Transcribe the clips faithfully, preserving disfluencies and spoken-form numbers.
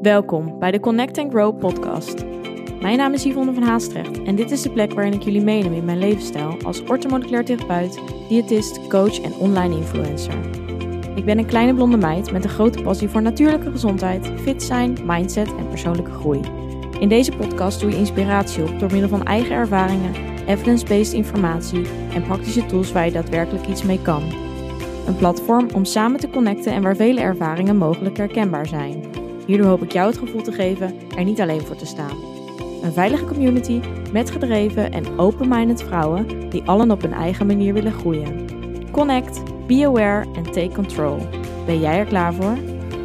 Welkom bij de Connect and Grow podcast. Mijn naam is Yvonne van Haastrecht en dit is de plek waarin ik jullie meeneem in mijn levensstijl als orthomoleculair therapeut, diëtist, coach en online influencer. Ik ben een kleine blonde meid met een grote passie voor natuurlijke gezondheid, fit zijn, mindset en persoonlijke groei. In deze podcast doe je inspiratie op door middel van eigen ervaringen, evidence-based informatie en praktische tools waar je daadwerkelijk iets mee kan. Een platform om samen te connecten en waar vele ervaringen mogelijk herkenbaar zijn. Hierdoor hoop ik jou het gevoel te geven er niet alleen voor te staan. Een veilige community met gedreven en open-minded vrouwen die allen op hun eigen manier willen groeien. Connect, be aware en take control. Ben jij er klaar voor?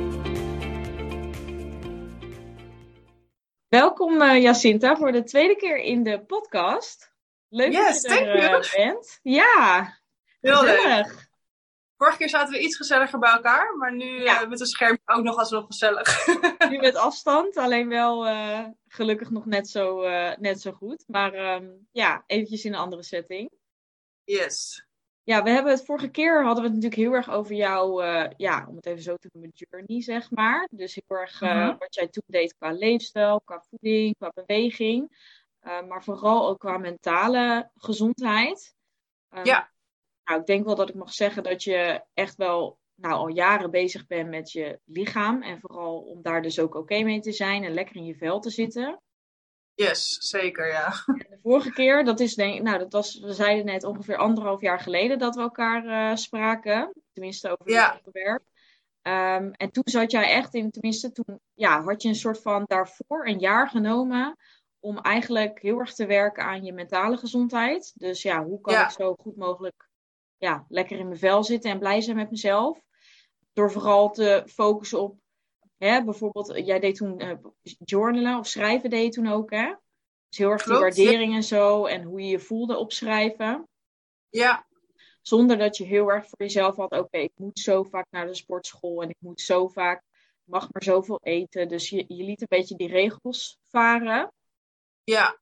Welkom uh, Jacinta voor de tweede keer in de podcast. Leuk yes, dat je er uh, bent. Ja, heel leuk. Vorige keer zaten we iets gezelliger bij elkaar, maar nu ja. uh, met een scherm ook nog alsnog gezellig. Nu met afstand, alleen wel uh, gelukkig nog net zo, uh, net zo goed. Maar um, ja, eventjes in een andere setting. Yes. Ja, we hebben het vorige keer hadden we het natuurlijk heel erg over jouw, uh, ja, om het even zo te noemen, journey, zeg maar. Dus heel erg uh, uh-huh. wat jij toen deed qua leefstijl, qua voeding, qua beweging. Uh, maar vooral ook qua mentale gezondheid. Um, ja. Nou, ik denk wel dat ik mag zeggen dat je echt wel nou, al jaren bezig bent met je lichaam. En vooral om daar dus ook oké mee te zijn en lekker in je vel te zitten. Yes, zeker, ja. En de vorige keer, dat is denk ik, nou, dat was, we zeiden net ongeveer anderhalf jaar geleden dat we elkaar uh, spraken. Tenminste, over ja. het onderwerp. Um, en toen zat jij echt in, tenminste, toen ja, had je een soort van daarvoor een jaar genomen om eigenlijk heel erg te werken aan je mentale gezondheid. Dus ja, hoe kan ja. ik zo goed mogelijk ja, lekker in mijn vel zitten en blij zijn met mezelf. Door vooral te focussen op, hè, bijvoorbeeld, jij deed toen uh, journalen of schrijven deed je toen ook, hè? Dus heel erg Klopt, die waardering ja. en zo en hoe je je voelde opschrijven. Ja. Zonder dat je heel erg voor jezelf had, oké, okay, ik moet zo vaak naar de sportschool en ik moet zo vaak, mag maar zoveel eten. Dus je, je liet een beetje die regels varen. Ja.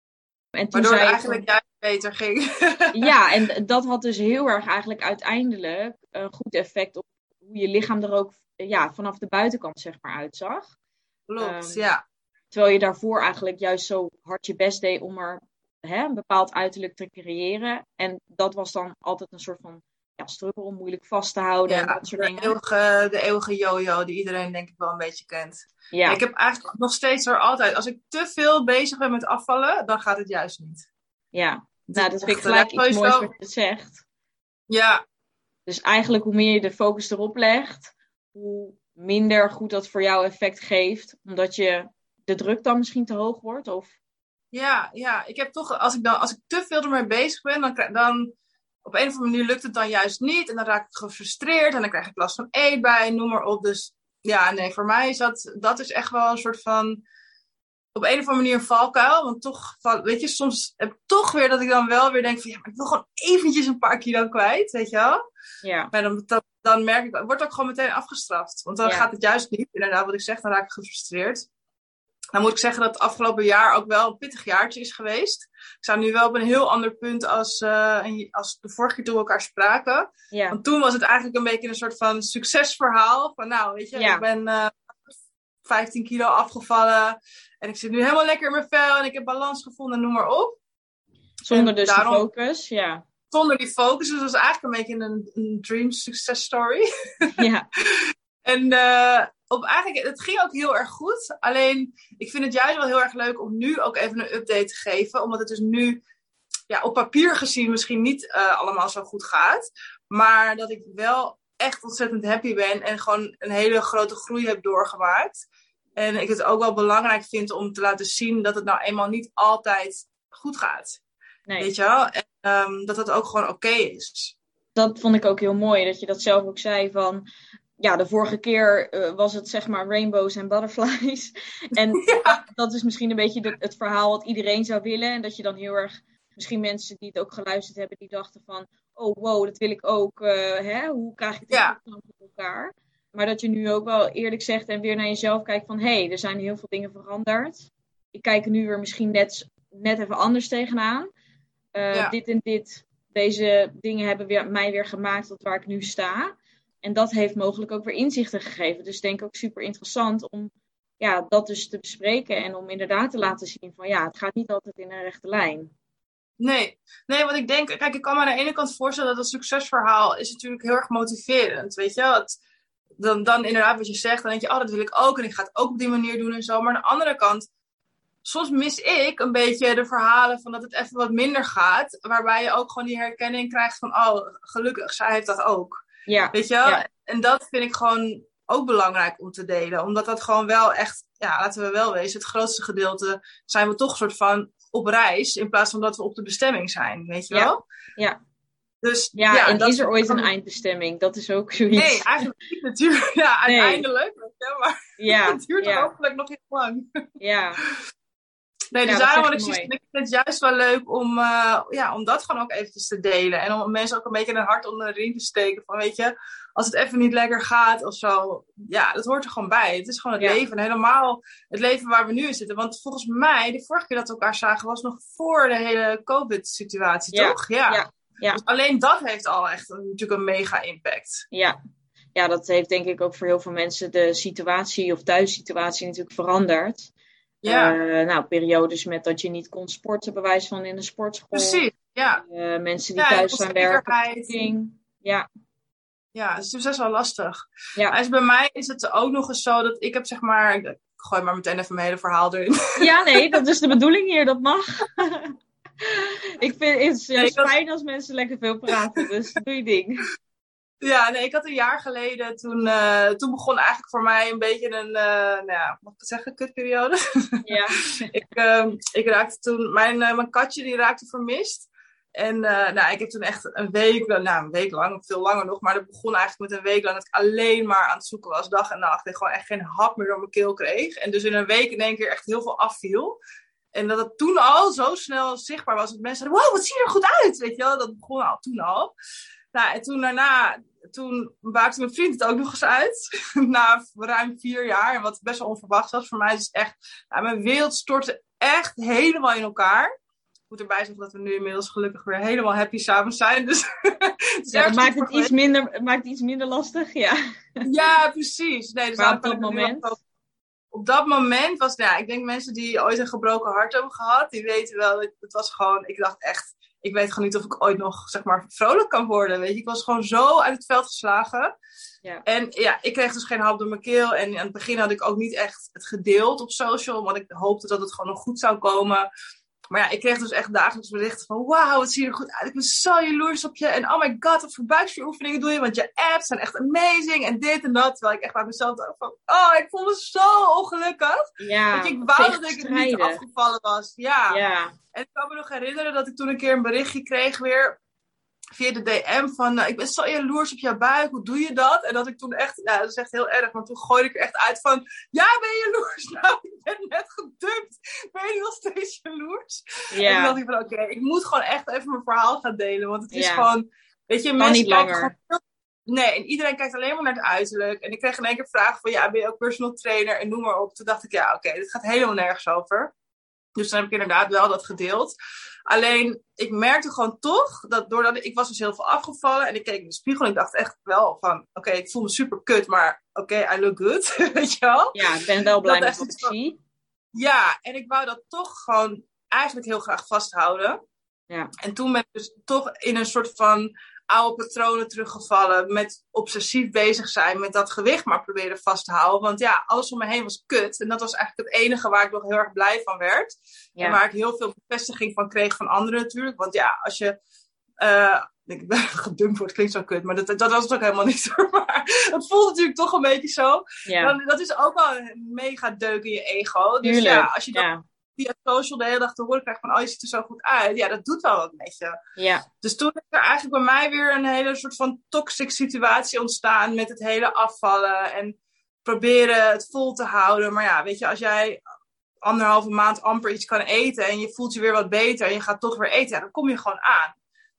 En toen Waardoor zei het eigenlijk van, juist beter ging. Ja, en dat had dus heel erg eigenlijk uiteindelijk een goed effect op hoe je lichaam er ook ja, vanaf de buitenkant zeg maar uitzag. Klopt, um, ja. Terwijl je daarvoor eigenlijk juist zo hard je best deed om er hè, een bepaald uiterlijk te creëren. En dat was dan altijd een soort van ja, struggle om moeilijk vast te houden ja, en dat soort de dingen. Eeuwige, de eeuwige yo-yo die iedereen denk ik wel een beetje kent. Ja. En ik heb eigenlijk nog steeds er altijd, als ik te veel bezig ben met afvallen, dan gaat het juist niet. Ja, dus nou dat vind ik gelijk iets sowieso... moois wat je zegt. Ja. Dus eigenlijk hoe meer je de focus erop legt, hoe minder goed dat voor jou effect geeft. Omdat je de druk dan misschien te hoog wordt? Of... Ja, ja, ik heb toch, als ik, dan, als ik te veel ermee bezig ben, dan, dan op een of andere manier lukt het dan juist niet. En dan raak ik gefrustreerd en dan krijg ik last van eetbuien, noem maar op. Dus ja, nee, voor mij is dat, dat is echt wel een soort van, op een of andere manier een valkuil. Want toch, weet je, soms heb ik toch weer dat ik dan wel weer denk van, ja, maar ik wil gewoon eventjes een paar kilo kwijt, weet je wel. Ja. Maar dan, dan, dan merk ik, wordt ook gewoon meteen afgestraft. Want dan ja. gaat het juist niet. Inderdaad, wat ik zeg, dan raak ik gefrustreerd. Dan moet ik zeggen dat het afgelopen jaar ook wel een pittig jaartje is geweest. Ik sta nu wel op een heel ander punt als, uh, als de vorige keer toen we elkaar spraken. Ja. Want toen was het eigenlijk een beetje een soort van succesverhaal. Van nou, weet je, ja. ik ben uh, vijftien kilo afgevallen. En ik zit nu helemaal lekker in mijn vel. En ik heb balans gevonden, noem maar op. Zonder dus daarom, die focus, ja. Zonder die focus. Dus dat was eigenlijk een beetje een, een dream success story. Ja. En uh, op eigenlijk, het ging ook heel erg goed. Alleen, ik vind het juist wel heel erg leuk om nu ook even een update te geven. Omdat het dus nu, ja, op papier gezien misschien niet uh, allemaal zo goed gaat. Maar dat ik wel echt ontzettend happy ben. En gewoon een hele grote groei heb doorgemaakt. En ik het ook wel belangrijk vind om te laten zien dat het nou eenmaal niet altijd goed gaat. Nee. Weet je wel? En um, dat het ook gewoon oké okay is. Dat vond ik ook heel mooi. Dat je dat zelf ook zei van... Ja, de vorige keer uh, was het zeg maar rainbows en butterflies. En ja. dat is misschien een beetje de, het verhaal wat iedereen zou willen. En dat je dan heel erg, misschien mensen die het ook geluisterd hebben, die dachten van, oh wow, dat wil ik ook. Uh, hè? Hoe krijg ik dit ja. met elkaar? Maar dat je nu ook wel eerlijk zegt en weer naar jezelf kijkt van, hé, hey, er zijn heel veel dingen veranderd. Ik kijk er nu weer misschien net, net even anders tegenaan. Uh, ja. Dit en dit, deze dingen hebben weer, mij weer gemaakt tot waar ik nu sta. En dat heeft mogelijk ook weer inzichten gegeven. Dus ik denk ook super interessant om ja, dat dus te bespreken en om inderdaad te laten zien van ja, het gaat niet altijd in een rechte lijn. Nee, nee, want ik denk, kijk, ik kan me aan de ene kant voorstellen dat het succesverhaal is natuurlijk heel erg motiverend, weet je. Het, dan, dan inderdaad wat je zegt, dan denk je, oh, dat wil ik ook en ik ga het ook op die manier doen en zo. Maar aan de andere kant, soms mis ik een beetje de verhalen van dat het even wat minder gaat, waarbij je ook gewoon die herkenning krijgt van, oh, gelukkig, zij heeft dat ook. Ja. Weet je wel? Ja. En dat vind ik gewoon ook belangrijk om te delen, omdat dat gewoon wel echt, ja, laten we wel wezen, het grootste gedeelte zijn we toch een soort van op reis, in plaats van dat we op de bestemming zijn, weet je Ja. wel? Ja. Dus, Ja, ja, en dat is er ooit gewoon... een eindbestemming? Dat is ook zoiets. Nee, eigenlijk niet natuurlijk. Ja, Nee. uiteindelijk. Weet je, maar Ja, het duurt ja. hopelijk nog heel lang. Ja. Nee, dus Ja, dat daarom is had ik echt zoiets mooi. van, ik vind het juist wel leuk om, uh, ja, om dat gewoon ook eventjes te delen. En om mensen ook een beetje een hart onder de riem te steken. Van weet je, als het even niet lekker gaat of zo. Ja, dat hoort er gewoon bij. Het is gewoon het Ja. leven. En helemaal het leven waar we nu in zitten. Want volgens mij, de vorige keer dat we elkaar zagen, was nog voor de hele COVID-situatie, Ja. toch? Ja. Ja. Ja. Dus alleen dat heeft al echt een, natuurlijk een mega impact. Ja. Ja, dat heeft denk ik ook voor heel veel mensen de situatie of thuissituatie natuurlijk veranderd. Ja, Uh, nou, periodes met dat je niet kon sporten, bij wijze van in de sportschool. precies. Ja, Uh, mensen die ja, thuis zijn werken. onzekerheid. Ja. Ja, het is dus best wel lastig. Ja. Dus bij mij is het ook nog eens zo dat ik heb zeg maar... Ik gooi maar meteen even mijn hele verhaal erin. Ja, nee, dat is de bedoeling hier. Dat mag. Ik vind het is juist Nee, fijn als mensen lekker veel praten. Dus doe je ding. Ja, nee, ik had een jaar geleden, toen, uh, toen begon eigenlijk voor mij een beetje een, uh, nou ja, mag ik het zeggen, kutperiode? Ja. ik, uh, ik raakte toen, mijn, uh, mijn katje die raakte vermist. En uh, nou, ik heb toen echt een week, nou een week lang, of veel langer nog, maar dat begon eigenlijk met een week lang dat ik alleen maar aan het zoeken was, dag en nacht. En gewoon echt geen hap meer door mijn keel kreeg. En dus in een week in één keer echt heel veel afviel. En dat het toen al zo snel zichtbaar was, dat mensen zeiden, wow, wat zie je er goed uit, weet je wel. Dat begon al toen al. Nou, en toen daarna, toen maakte mijn vriend het ook nog eens uit. Na ruim vier jaar. En wat best wel onverwacht was. Voor mij is het echt, nou, mijn wereld stortte echt helemaal in elkaar. Ik moet erbij zeggen dat we nu inmiddels gelukkig weer helemaal happy samen zijn. Dus het ja, dat maakt het iets minder, maakt het iets minder lastig, ja. Ja, precies. Nee, dus maar op dat moment... Op dat moment was, nou ja, ik denk mensen die ooit een gebroken hart hebben gehad, die weten wel, het was gewoon, ik dacht echt, ik weet gewoon niet of ik ooit nog, zeg maar, vrolijk kan worden, weet je. Ik was gewoon zo uit het veld geslagen. Ja. En ja, ik kreeg dus geen hap door mijn keel. En aan het begin had ik ook niet echt het gedeeld op social, want ik hoopte dat het gewoon nog goed zou komen. Maar ja, ik kreeg dus echt dagelijks berichten van, wauw, wat zie je er goed uit. Ik ben zo jaloers op je. En oh my god, wat voor buikspieroefeningen doe je. Want je apps zijn echt amazing. En dit en dat. Terwijl ik echt bij mezelf dacht van, oh, ik voel me zo ongelukkig. Ja, want ik wou dat ik het niet afgevallen was. Ja. ja. En ik kan me nog herinneren dat ik toen een keer een berichtje kreeg weer via de D M van, nou, ik ben zo jaloers op jouw buik, hoe doe je dat? En dat ik toen echt, nou, dat is echt heel erg, maar toen gooide ik er echt uit van, ja, ben je jaloers? Nou, ik ben net gedumpt. Ben je nog steeds jaloers? Ja. En toen dacht ik van, oké, okay, ik moet gewoon echt even mijn verhaal gaan delen, want het is ja. gewoon, weet je, kan mensen niet kijken langer. gewoon nee, en iedereen kijkt alleen maar naar het uiterlijk. En ik kreeg in één keer vragen van, ja, ben je ook personal trainer? En noem maar op. Toen dacht ik, ja, oké, okay, dit gaat helemaal nergens over. Dus dan heb ik inderdaad wel dat gedeeld. Alleen, ik merkte gewoon toch, dat doordat ik, ik was dus heel veel afgevallen. En ik keek in de spiegel en ik dacht echt wel van, oké, okay, ik voel me super kut, maar oké, okay, I look good. Weet je wel? Ja, ik ben wel blij met wat ik zie. Ja, en ik wou dat toch gewoon eigenlijk heel graag vasthouden. Ja. En toen ben ik dus toch in een soort van oude patronen teruggevallen. Met obsessief bezig zijn met dat gewicht maar proberen vast te houden. Want ja, alles om me heen was kut. En dat was eigenlijk het enige waar ik nog heel erg blij van werd. Ja. En waar ik heel veel bevestiging van kreeg van anderen natuurlijk. Want ja, als je... Uh, ik ben gedumpt wordt, klinkt zo kut. Maar dat, dat was het ook helemaal niet hoor. Maar het voelt natuurlijk toch een beetje zo. Ja. Dan, dat is ook wel een mega deuk in je ego. Dus Tuurlijk. ja, als je dat... Ja. via social de hele dag te horen krijgt van, oh, je ziet er zo goed uit. Ja, dat doet wel wat met je. Ja. Dus toen is er eigenlijk bij mij weer een hele soort van toxic situatie ontstaan met het hele afvallen en proberen het vol te houden. Maar ja, weet je, als jij anderhalve maand amper iets kan eten en je voelt je weer wat beter en je gaat toch weer eten, ja, dan kom je gewoon aan.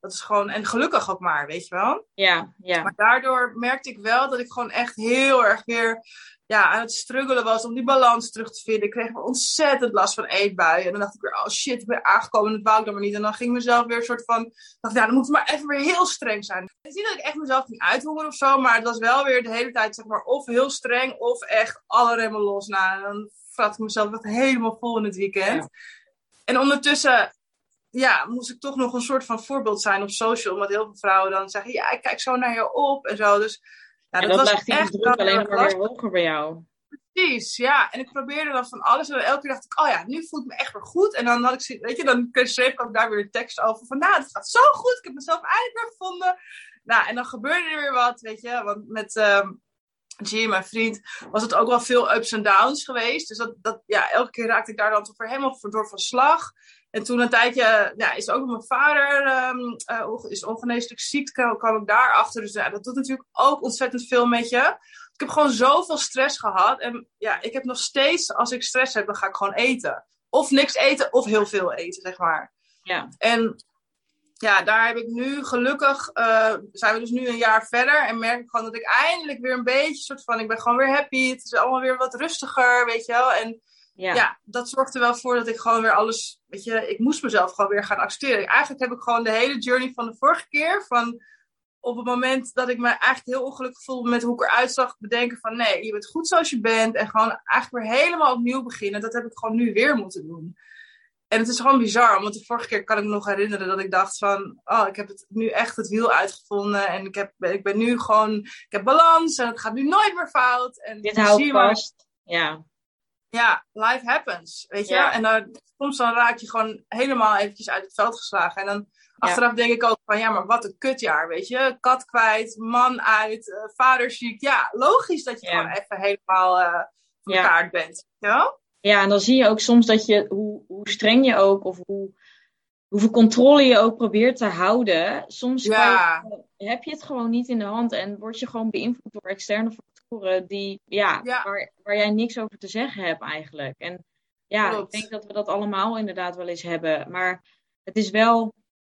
Dat is gewoon, en gelukkig ook maar, weet je wel. Ja, ja. Maar daardoor merkte ik wel dat ik gewoon echt heel erg weer ja, aan het struggelen was om die balans terug te vinden. Ik kreeg ontzettend last van eetbuien. En dan dacht ik weer, oh shit, ik ben aangekomen en dat wou ik dan maar niet. En dan ging mezelf weer een soort van, dacht ja, dan moet het maar even weer heel streng zijn. Het is niet dat ik echt mezelf ging uithongeren of zo, maar het was wel weer de hele tijd, zeg maar, of heel streng of echt alle remmen los. Nou, en dan vrat ik mezelf echt helemaal vol in het weekend. Ja. En ondertussen, ja, moest ik toch nog een soort van voorbeeld zijn op social. Omdat heel veel vrouwen dan zeggen, ja, ik kijk zo naar je op en zo. Dus ja, en dat, dat was lag die echt druk alleen maar weer hoger bij jou. Precies, ja. En ik probeerde dan van alles. En elke keer dacht ik, oh ja, nu voel ik me echt weer goed. En dan had ik, weet je, dan schreef ik ook daar weer een tekst over. Van, nou, het gaat zo goed. Ik heb mezelf eindelijk weer gevonden. Nou, en dan gebeurde er weer wat, weet je. Want met um, G, mijn vriend, was het ook wel veel ups en downs geweest. Dus dat, dat, ja, elke keer raakte ik daar dan toch weer helemaal door van slag. En toen een tijdje, ja, is ook mijn vader um, uh, is ongeneeslijk ziek, kwam, kwam ik daarachter. Dus ja, dat doet natuurlijk ook ontzettend veel met je. Ik heb gewoon zoveel stress gehad. En ja, ik heb nog steeds, als ik stress heb, dan ga ik gewoon eten. Of niks eten, of heel veel eten, zeg maar. Ja. En ja, daar heb ik nu gelukkig, uh, zijn we dus nu een jaar verder. En merk ik gewoon dat ik eindelijk weer een beetje, soort van, ik ben gewoon weer happy. Het is allemaal weer wat rustiger, weet je wel. En Ja. ja, dat zorgt er wel voor dat ik gewoon weer alles, weet je, ik moest mezelf gewoon weer gaan accepteren. Eigenlijk heb ik gewoon de hele journey van de vorige keer, van op het moment dat ik me eigenlijk heel ongelukkig voelde met hoe ik eruit zag, bedenken van nee, je bent goed zoals je bent en gewoon eigenlijk weer helemaal opnieuw beginnen. Dat heb ik gewoon nu weer moeten doen. En het is gewoon bizar, want de vorige keer kan ik me nog herinneren dat ik dacht van, oh, ik heb het nu echt het wiel uitgevonden en ik, heb, ik ben nu gewoon, ik heb balans en het gaat nu nooit meer fout. En dit houdt vast, ja. Ja, life happens, weet je. Ja. En dan, soms dan raak je gewoon helemaal eventjes uit het veld geslagen. En dan achteraf ja. denk ik ook van, ja, maar wat een kutjaar, weet je. Kat kwijt, man uit, uh, vader ziek. Ja, logisch dat je ja. gewoon even helemaal uh, van de ja. kaart bent, ja? Ja, en dan zie je ook soms dat je, hoe, hoe streng je ook, of hoe, hoeveel controle je ook probeert te houden. Soms ja. je, heb je het gewoon niet in de hand en word je gewoon beïnvloed door externe factoren die, ja, ja. Waar, waar jij niks over te zeggen hebt eigenlijk. En ja, Klopt. Ik denk dat we dat allemaal inderdaad wel eens hebben. Maar het is wel,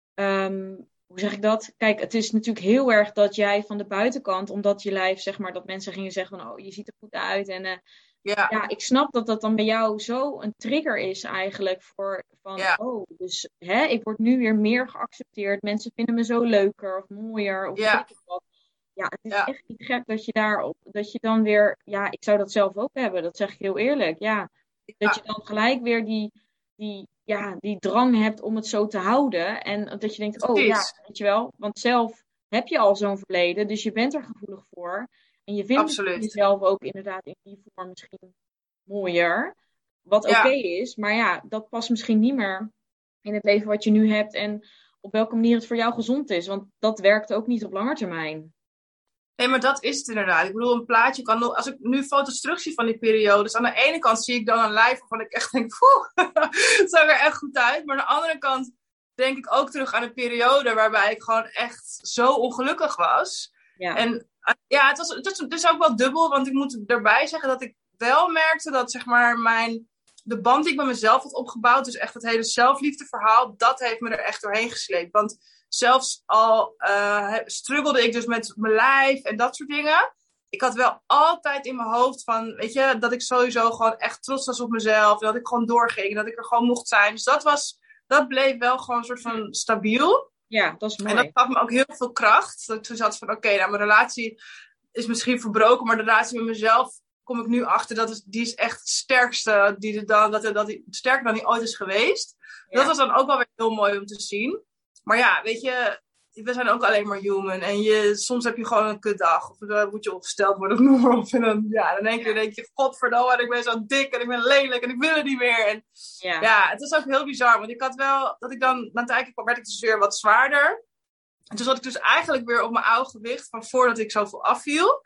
um, hoe zeg ik dat? Kijk, het is natuurlijk heel erg dat jij van de buitenkant, omdat je lijf, zeg maar, dat mensen gingen zeggen van, oh, je ziet er goed uit. En uh, ja. ja, ik snap dat dat dan bij jou zo een trigger is eigenlijk voor, van, ja. oh, dus hè, ik word nu weer meer geaccepteerd. Mensen vinden me zo leuker of mooier of ja. weet ik wat. Ja, het is ja. echt niet gek dat je daarop, dat je dan weer, ja, ik zou dat zelf ook hebben, dat zeg ik heel eerlijk, ja. ja. Dat je dan gelijk weer die, die, ja, die drang hebt om het zo te houden. En dat je denkt, oh ja, weet je wel, want zelf heb je al zo'n verleden, dus je bent er gevoelig voor. En je vindt jezelf ook inderdaad in die vorm misschien mooier. Wat ja. oké okay is, maar ja, dat past misschien niet meer in het leven wat je nu hebt. En op welke manier het voor jou gezond is. Want dat werkt ook niet op lange termijn. Nee, maar dat is het inderdaad. Ik bedoel, een plaatje kan nog... Als ik nu foto's terugzie van die periode... Dus aan de ene kant zie ik dan een lijf waarvan ik echt denk... Poeh, het zag er echt goed uit. Maar aan de andere kant denk ik ook terug aan een periode... waarbij ik gewoon echt zo ongelukkig was. Ja. En ja, het was, het was dus ook wel dubbel. Want ik moet erbij zeggen dat ik wel merkte dat zeg maar mijn... De band die ik met mezelf had opgebouwd... Dus echt het hele zelfliefdeverhaal... Dat heeft me er echt doorheen gesleept. Want... Zelfs al uh, struggelde ik dus met mijn lijf en dat soort dingen. Ik had wel altijd in mijn hoofd van, weet je, dat ik sowieso gewoon echt trots was op mezelf. Dat ik gewoon doorging, dat ik er gewoon mocht zijn. Dus dat was, dat bleef wel gewoon een soort van stabiel. Ja, dat is mooi. En dat gaf me ook heel veel kracht. Dat ik toen zat van, oké, okay, nou mijn relatie is misschien verbroken, maar de relatie met mezelf kom ik nu achter. Dat is, die is echt het sterkste, die er dan, dat, dat die, sterker dan die ooit is geweest. Ja. Dat was dan ook wel weer heel mooi om te zien. Maar ja, weet je, we zijn ook alleen maar human. En je, soms heb je gewoon een kutdag. Of dan moet je opgesteld worden of noem maar op. En dan, ja, dan denk je, denk je, godverdomme, ik ben zo dik en ik ben lelijk en ik wil het niet meer. En ja, ja het is ook heel bizar. Want ik had wel, dat ik dan, na een tijdje werd ik dus weer wat zwaarder. En toen zat ik dus eigenlijk weer op mijn oude gewicht van voordat ik zoveel afviel.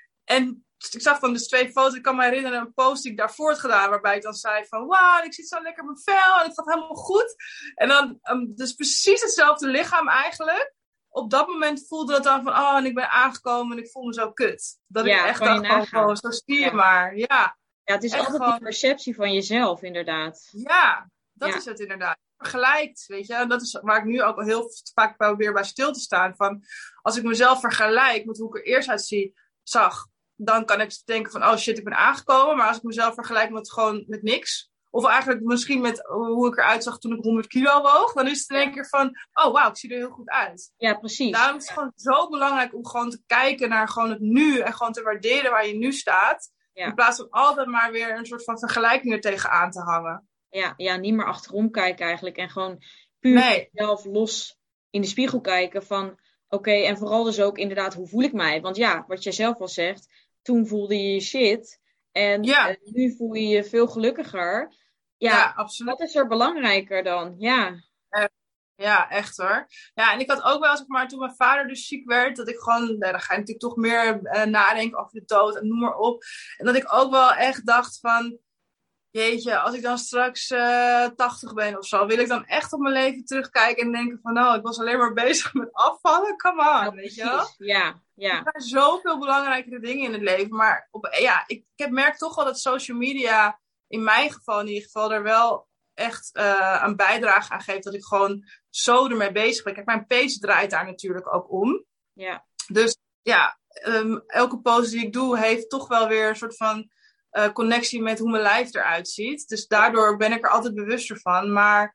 En ik zag dan dus twee foto's. Ik kan me herinneren een post die ik daarvoor had gedaan. Waarbij ik dan zei van wauw, ik zit zo lekker in mijn vel. En het gaat helemaal goed. En dan um, dus precies hetzelfde lichaam eigenlijk. Op dat moment voelde het dan van oh, en ik ben aangekomen en ik voel me zo kut. Dat ja, ik echt dacht van oh, zo zie je ja. maar. Ja, ja, het is altijd gewoon die perceptie van jezelf inderdaad. Ja, Dat ja. is het inderdaad. Vergelijkt, weet je. Dat is waar ik nu ook al heel vaak probeer bij stil te staan. Van, als ik mezelf vergelijk met hoe ik er eerst uitzie, zag, dan kan ik denken van, oh shit, ik ben aangekomen. Maar als ik mezelf vergelijk met gewoon met niks, of eigenlijk misschien met hoe ik eruit zag toen ik honderd kilo woog, dan is het in één keer van, oh wauw, ik zie er heel goed uit. Ja, precies. Daarom is het gewoon zo belangrijk om gewoon te kijken naar gewoon het nu en gewoon te waarderen waar je nu staat. Ja. In plaats van altijd maar weer een soort van vergelijking er tegenaan te hangen. Ja, ja, niet meer achterom kijken eigenlijk. En gewoon puur nee. zelf los in de spiegel kijken van, oké, okay, en vooral dus ook inderdaad, hoe voel ik mij? Want ja, wat jij zelf al zegt, toen voelde je je shit. En ja. uh, nu voel je je veel gelukkiger. Ja, ja, absoluut. Wat is er belangrijker dan? Ja. Uh, ja, echt hoor. Ja, en ik had ook wel, zeg maar, toen mijn vader dus ziek werd, dat ik gewoon, nou, dan ga je natuurlijk toch meer uh, nadenken over de dood en noem maar op. En dat ik ook wel echt dacht van, jeetje, als ik dan straks uh, tachtig ben of zo, wil ik dan echt op mijn leven terugkijken en denken van, nou, ik was alleen maar bezig met afvallen, come on, ja, weet je wel? Ja, ja. Er zijn zoveel belangrijkere dingen in het leven, maar op, ja, ik, ik heb merk toch wel dat social media, in mijn geval in ieder geval, er wel echt uh, een bijdrage aan geeft, dat ik gewoon zo ermee bezig ben. Kijk, mijn page draait daar natuurlijk ook om. Ja. Dus ja, um, elke pose die ik doe, heeft toch wel weer een soort van Uh, connectie met hoe mijn lijf eruit ziet. Dus daardoor ben ik er altijd bewuster van. Maar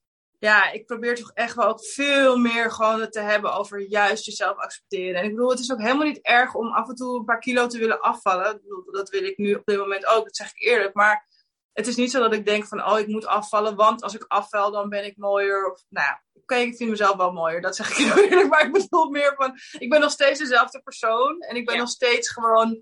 ja, ik probeer toch echt wel ook veel meer gewoon het te hebben over juist jezelf accepteren. En ik bedoel, het is ook helemaal niet erg om af en toe een paar kilo te willen afvallen. Ik bedoel, dat wil ik nu op dit moment ook, dat zeg ik eerlijk. Maar het is niet zo dat ik denk van, oh, ik moet afvallen, want als ik afval, dan ben ik mooier. Of, nou ja, oké, okay, ik vind mezelf wel mooier, dat zeg ik heel eerlijk. Maar ik bedoel meer van, ik ben nog steeds dezelfde persoon. En ik ben ja. nog steeds gewoon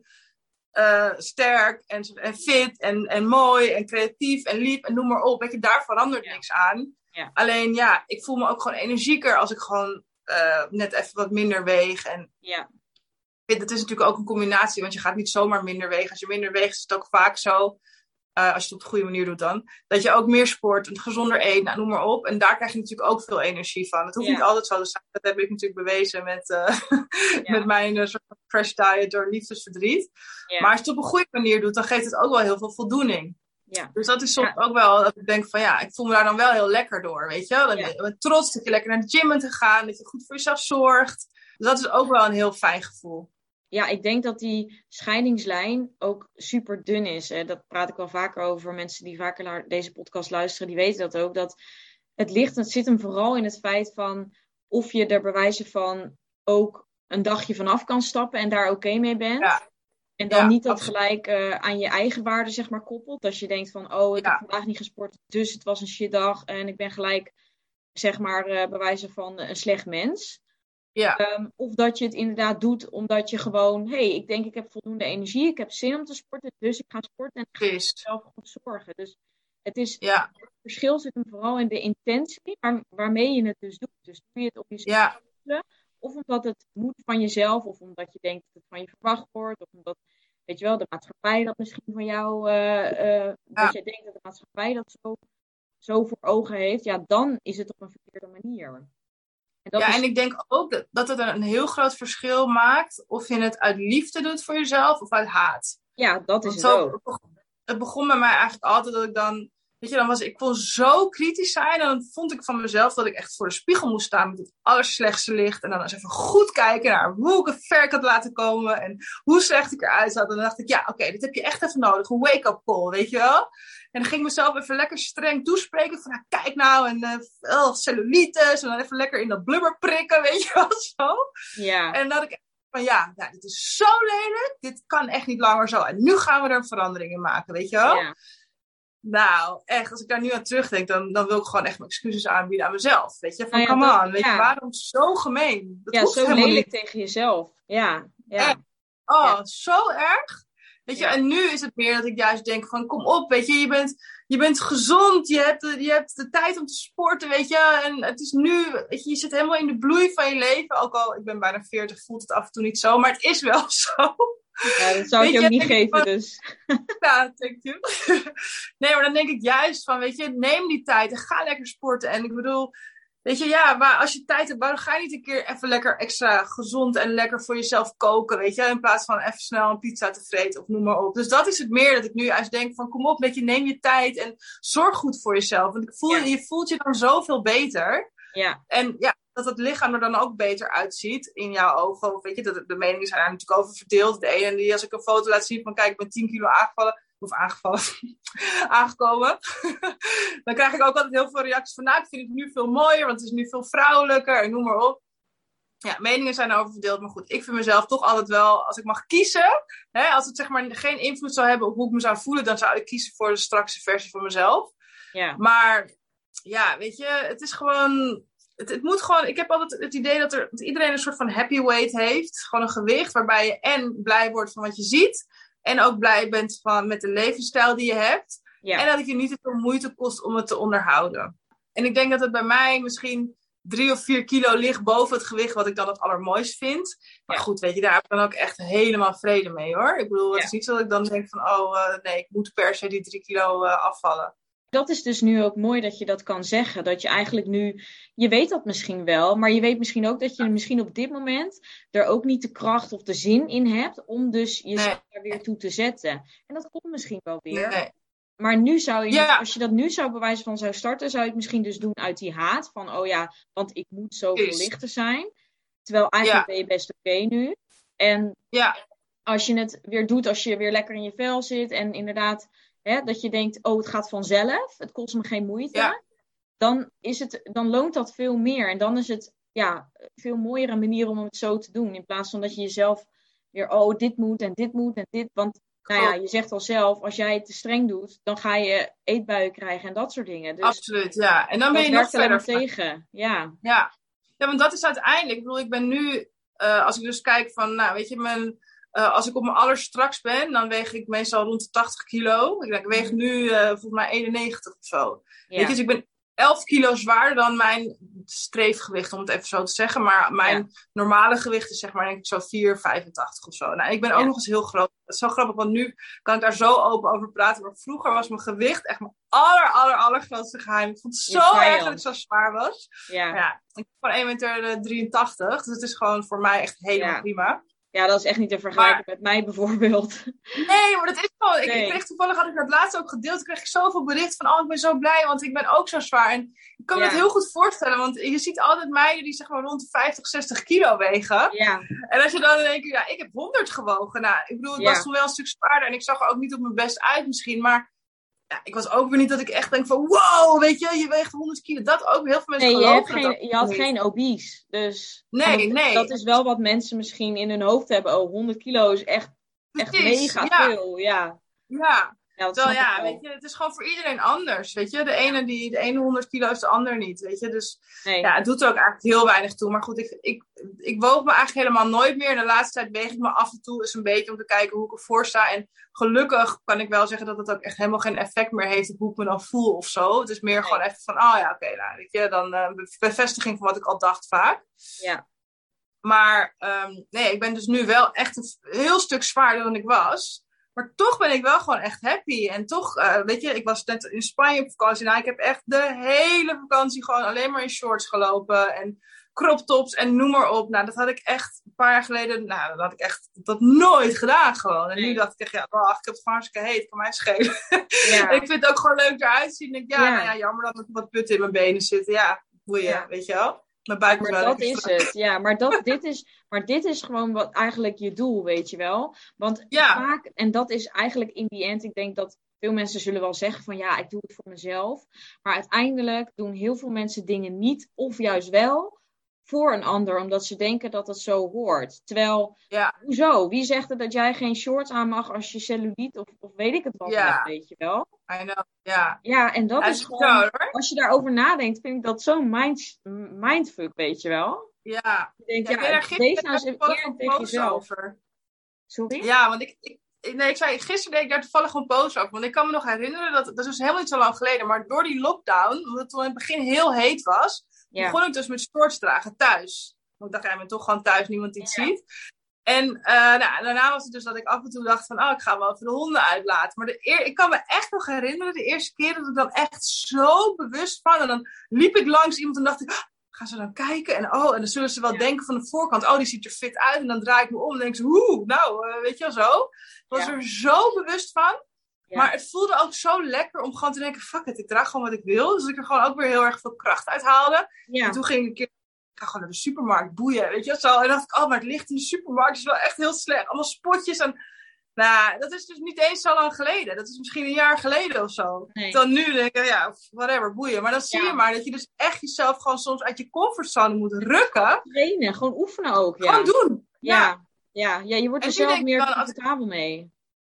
Uh, sterk en, en fit en, en mooi en creatief en lief en noem maar op. Weet je, daar verandert ja. niks aan. Ja. Alleen ja, ik voel me ook gewoon energieker als ik gewoon uh, net even wat minder weeg. En ja. het is natuurlijk ook een combinatie, want je gaat niet zomaar minder wegen. Als je minder weegt is het ook vaak zo, uh, als je het op de goede manier doet dan, dat je ook meer sport en gezonder eet, nou, noem maar op. En daar krijg je natuurlijk ook veel energie van. Het hoeft ja. niet altijd zo te zijn. Dat heb ik natuurlijk bewezen met, uh, ja. met mijn uh, soort van crash diet door liefdesverdriet. Ja. Maar als je het op een goede manier doet, dan geeft het ook wel heel veel voldoening. Ja. Dus dat is soms ja. ook wel dat ik denk van ja, ik voel me daar dan wel heel lekker door, weet je. Dan ja. ben je trots dat je lekker naar de gym bent gegaan, dat je goed voor jezelf zorgt. Dus dat is ook wel een heel fijn gevoel. Ja, ik denk dat die scheidingslijn ook super dun is. Hè. Dat praat ik wel vaker over. Mensen die vaker naar deze podcast luisteren, die weten dat ook. Dat het ligt, het zit hem vooral in het feit van of je er bij wijze van ook een dagje vanaf kan stappen en daar oké okay mee bent. Ja. En dan ja, niet dat absoluut. gelijk uh, aan je eigen waarde zeg maar koppelt. Als je denkt van, oh, ik ja. heb vandaag niet gesport, dus het was een shitdag en ik ben gelijk zeg maar uh, bij wijze van een slecht mens. Ja. Um, of dat je het inderdaad doet omdat je gewoon, hé, hey, ik denk ik heb voldoende energie, ik heb zin om te sporten, dus ik ga sporten en ik ga voor mezelf goed zorgen. Dus het is, ja. het verschil zit hem vooral in de intentie waar, waarmee je het dus doet. Dus doe je het op jezelf, ja. of omdat het moet van jezelf, of omdat je denkt dat het van je verwacht wordt, of omdat, weet je wel, de maatschappij dat misschien van jou, uh, uh, ja. dat je denkt dat de maatschappij dat zo, zo voor ogen heeft, ja, dan is het op een verkeerde manier. En dat ja, is... en ik denk ook dat, dat het een heel groot verschil maakt of je het uit liefde doet voor jezelf of uit haat. Ja, dat is Want het zo, ook. Het begon bij mij eigenlijk altijd dat ik dan, weet je, dan was ik kon zo kritisch zijn en dan vond ik van mezelf dat ik echt voor de spiegel moest staan met het allerslechtste licht en dan eens even goed kijken naar hoe ik het ver had laten komen en hoe slecht ik eruit zat. En dan dacht ik, ja, oké, okay, dit heb je echt even nodig, een wake-up call, weet je wel. En dan ging ik mezelf even lekker streng toespreken van, nou, kijk nou, en uh, oh, cellulitis, en dan even lekker in dat blubber prikken, weet je wel, zo. Ja. En dan had ik van, ja, nou, dit is zo lelijk, dit kan echt niet langer zo. En nu gaan we er een verandering in maken, weet je wel. Ja. Nou, echt, als ik daar nu aan terugdenk, dan, dan wil ik gewoon echt mijn excuses aanbieden aan mezelf, weet je. Van, nou ja, come dat, on, weet ja. je, waarom zo gemeen? Dat ja, zo lelijk niet. tegen jezelf, ja. ja. Echt. Oh, ja. zo erg. Weet je, ja. en nu is het meer dat ik juist denk van, kom op, weet je, je bent, je bent gezond, je hebt, de, je hebt de tijd om te sporten, weet je, en het is nu, weet je, je zit helemaal in de bloei van je leven, ook al, ik ben bijna veertig, voelt het af en toe niet zo, maar het is wel zo. Ja, dat zou ik je ook niet geven, van, dus. Ja, thank you. Nee, maar dan denk ik juist van, weet je, neem die tijd en ga lekker sporten, en ik bedoel, Weet je, ja, maar als je tijd hebt, waarom ga je niet een keer even lekker extra gezond en lekker voor jezelf koken, weet je? In plaats van even snel een pizza te vreten of noem maar op. Dus dat is het meer dat ik nu juist denk van, kom op, weet je, neem je tijd en zorg goed voor jezelf. Want ik voel, ja. je voelt je dan zoveel beter. Ja. En ja, dat het lichaam er dan ook beter uitziet in jouw ogen. Of weet je, dat de meningen zijn daar natuurlijk over verdeeld. De ene die, als ik een foto laat zien van, kijk, ik ben tien kilo aangevallen. Of aangevallen, aangekomen. Dan krijg ik ook altijd heel veel reacties van, nou, ik vind het nu veel mooier, want het is nu veel vrouwelijker en noem maar op. Ja, meningen zijn erover verdeeld, maar goed, ik vind mezelf toch altijd wel, als ik mag kiezen, hè, als het zeg maar geen invloed zou hebben op hoe ik me zou voelen, dan zou ik kiezen voor de strakste versie van mezelf. Ja. Maar, ja, weet je, het is gewoon, het, het moet gewoon, ik heb altijd het idee dat, er, dat iedereen een soort van happy weight heeft, gewoon een gewicht waarbij je en blij wordt van wat je ziet, en ook blij bent van, met de levensstijl die je hebt. Ja. En dat het je niet te veel moeite kost om het te onderhouden. En ik denk dat het bij mij misschien drie of vier kilo ligt boven het gewicht wat ik dan het allermooist vind. Maar ja. goed, weet je, daar heb ik dan ook echt helemaal vrede mee hoor. Ik bedoel, het ja. is niet zo dat ik dan denk van, oh uh, nee, ik moet per se die drie kilo uh, afvallen. Dat is dus nu ook mooi dat je dat kan zeggen. Dat je eigenlijk nu, je weet dat misschien wel, maar je weet misschien ook dat je misschien op dit moment er ook niet de kracht of de zin in hebt om dus jezelf nee. daar weer toe te zetten. En dat komt misschien wel weer. Nee. Maar nu zou je, ja. als je dat nu zou bewijzen van zou starten, zou je het misschien dus doen uit die haat. Van, oh ja, want ik moet zoveel is. lichter zijn. Terwijl eigenlijk ja. ben je best oké okay nu. En ja. als je het weer doet, als je weer lekker in je vel zit en inderdaad... Hè, dat je denkt, oh, het gaat vanzelf. Het kost me geen moeite. Ja. Dan, is het, dan loont dat veel meer. En dan is het ja, veel mooiere manier om het zo te doen. In plaats van dat je jezelf weer, oh, dit moet en dit moet en dit. Want nou ja, je zegt al zelf, als jij het te streng doet, dan ga je eetbuien krijgen en dat soort dingen. Dus absoluut, ja. En dan ben je nog verder tegen. Ja. Ja. Ja, want dat is uiteindelijk, ik bedoel, ik ben nu, uh, als ik dus kijk van, nou, weet je, mijn... Uh, als ik op mijn allerstraks ben, dan weeg ik meestal rond de tachtig kilo. Ik, denk, ik weeg nu uh, volgens mij eenennegentig of zo. Ja. Weet je, dus ik ben elf kilo zwaarder dan mijn streefgewicht, om het even zo te zeggen. Maar mijn ja. normale gewicht is zeg maar denk ik zo vier vijfentachtig of zo. Nou, ik ben ook ja. nog eens heel groot. Dat is zo grappig, want nu kan ik daar zo open over praten. Maar vroeger was mijn gewicht echt mijn aller, aller, allergrootste geheim. Ik vond het zo erg dat ik zo zwaar was. Ja. Maar ja, ik ben gewoon één meter drieëntachtig. Dus het is gewoon voor mij echt helemaal ja. prima. Ja, dat is echt niet te vergelijken maar, met mij bijvoorbeeld. Nee, maar dat is gewoon... Ik, nee. ik kreeg toevallig, had ik dat laatst ook gedeeld, toen kreeg ik zoveel berichten van, oh, ik ben zo blij, want ik ben ook zo zwaar. En ik kan me ja. dat heel goed voorstellen, want je ziet altijd meiden die zeg maar rond de vijftig, zestig kilo wegen. Ja. En als je dan denkt, ja, ik heb honderd gewogen. Nou, ik bedoel, ik ja. was toen wel een stuk zwaarder en ik zag er ook niet op mijn best uit misschien, maar... Ja, ik was ook weer niet dat ik echt denk van, wow, weet je, je weegt honderd kilo. Dat ook, heel veel mensen nee, geloven je, dat geen, je had geen obese. Dus nee, dat, nee. dat is wel wat mensen misschien in hun hoofd hebben. Oh, honderd kilo is echt, echt mega ja. veel. Ja, ja. ja, Terwijl ja, weet je, het is gewoon voor iedereen anders, weet je. De ene, die, de ene honderd kilo is de ander niet, weet je. Dus nee. ja, het doet er ook eigenlijk heel weinig toe. Maar goed, ik, ik, ik woog me eigenlijk helemaal nooit meer. De laatste tijd weeg ik me af en toe eens een beetje om te kijken hoe ik ervoor sta. En gelukkig kan ik wel zeggen dat het ook echt helemaal geen effect meer heeft op hoe ik me dan voel of zo. Het is meer nee. gewoon even van, oh ja, oké, okay, nou, weet je, dan uh, bevestiging van wat ik al dacht vaak. Ja. Maar um, nee, ik ben dus nu wel echt een heel stuk zwaarder dan ik was. Maar toch ben ik wel gewoon echt happy. En toch, uh, weet je, ik was net in Spanje op vakantie. Nou, ik heb echt de hele vakantie gewoon alleen maar in shorts gelopen. En crop tops en noem maar op. Nou, dat had ik echt een paar jaar geleden, nou, dat had ik echt dat nooit gedaan gewoon. En nee. nu dacht ik echt, ja, wacht, ik heb het gewoon hartstikke heet, kan mij schelen. Ja. En ik vind het ook gewoon leuk eruit zien. En ik denk, ja, ja. Nou ja, jammer dat er wat putten in mijn benen zitten. Ja, boeien, ja. weet je wel. Mijn buik maar is wel dat is strak. Het, ja. Maar, dat, dit is, maar dit is gewoon wat eigenlijk je doel, weet je wel. Want ja. vaak, en dat is eigenlijk in die end, ik denk dat veel mensen zullen wel zeggen van ja, ik doe het voor mezelf. Maar uiteindelijk doen heel veel mensen dingen niet, of juist wel, voor een ander, omdat ze denken dat het zo hoort. Terwijl, ja. hoezo? Wie zegt er dat jij geen shorts aan mag als je cellulite of, of weet ik het wat ja. hebt, weet je wel? I know, ja. Ja, en dat ja, is gewoon, zo, als je daarover nadenkt, vind ik dat zo'n mind, mindfuck, weet je wel? Ja. Je denkt, ja, ja, ja wees nou eens eerlijk tegen jezelf. Over. Sorry? Ja, want ik, ik, nee, ik zei, gisteren deed ik daar toevallig gewoon post over. Want ik kan me nog herinneren, dat, dat is dus helemaal niet zo lang geleden, maar door die lockdown, omdat het toen in het begin heel heet was, ja. begon ik dus met shorts dragen thuis. Want ik dacht, jij bent toch gewoon thuis, niemand iets ja. ziet. En uh, nou, daarna was het dus dat ik af en toe dacht van, oh, ik ga wel even de honden uitlaten. Maar de eer, ik kan me echt nog herinneren, de eerste keer dat ik dan echt zo bewust van. En dan liep ik langs iemand en dacht ik, gaan ze dan kijken en oh, en dan zullen ze wel ja. denken van de voorkant, oh, die ziet er fit uit. En dan draai ik me om en denk ze, hoe, nou, uh, weet je wel zo. Ik was ja. er zo bewust van. Ja. Maar het voelde ook zo lekker om gewoon te denken, fuck it, ik draag gewoon wat ik wil. Dus ik er gewoon ook weer heel erg veel kracht uit haalde. Ja. En toen ging ik een keer, ik ga gewoon naar de supermarkt, boeien, weet je zo. En dan dacht ik, oh, maar het licht in de supermarkt is wel echt heel slecht. Allemaal spotjes en... Nou, dat is dus niet eens zo lang geleden. Dat is misschien een jaar geleden of zo. Nee. Dan nu denk ik, ja, whatever, boeien. Maar dan zie ja. je maar dat je dus echt jezelf gewoon soms uit je comfortzone moet rukken. Trainen, gewoon oefenen ook. Ja. Gewoon doen. Ja, ja. ja. ja je wordt er zelf meer comfortabel mee.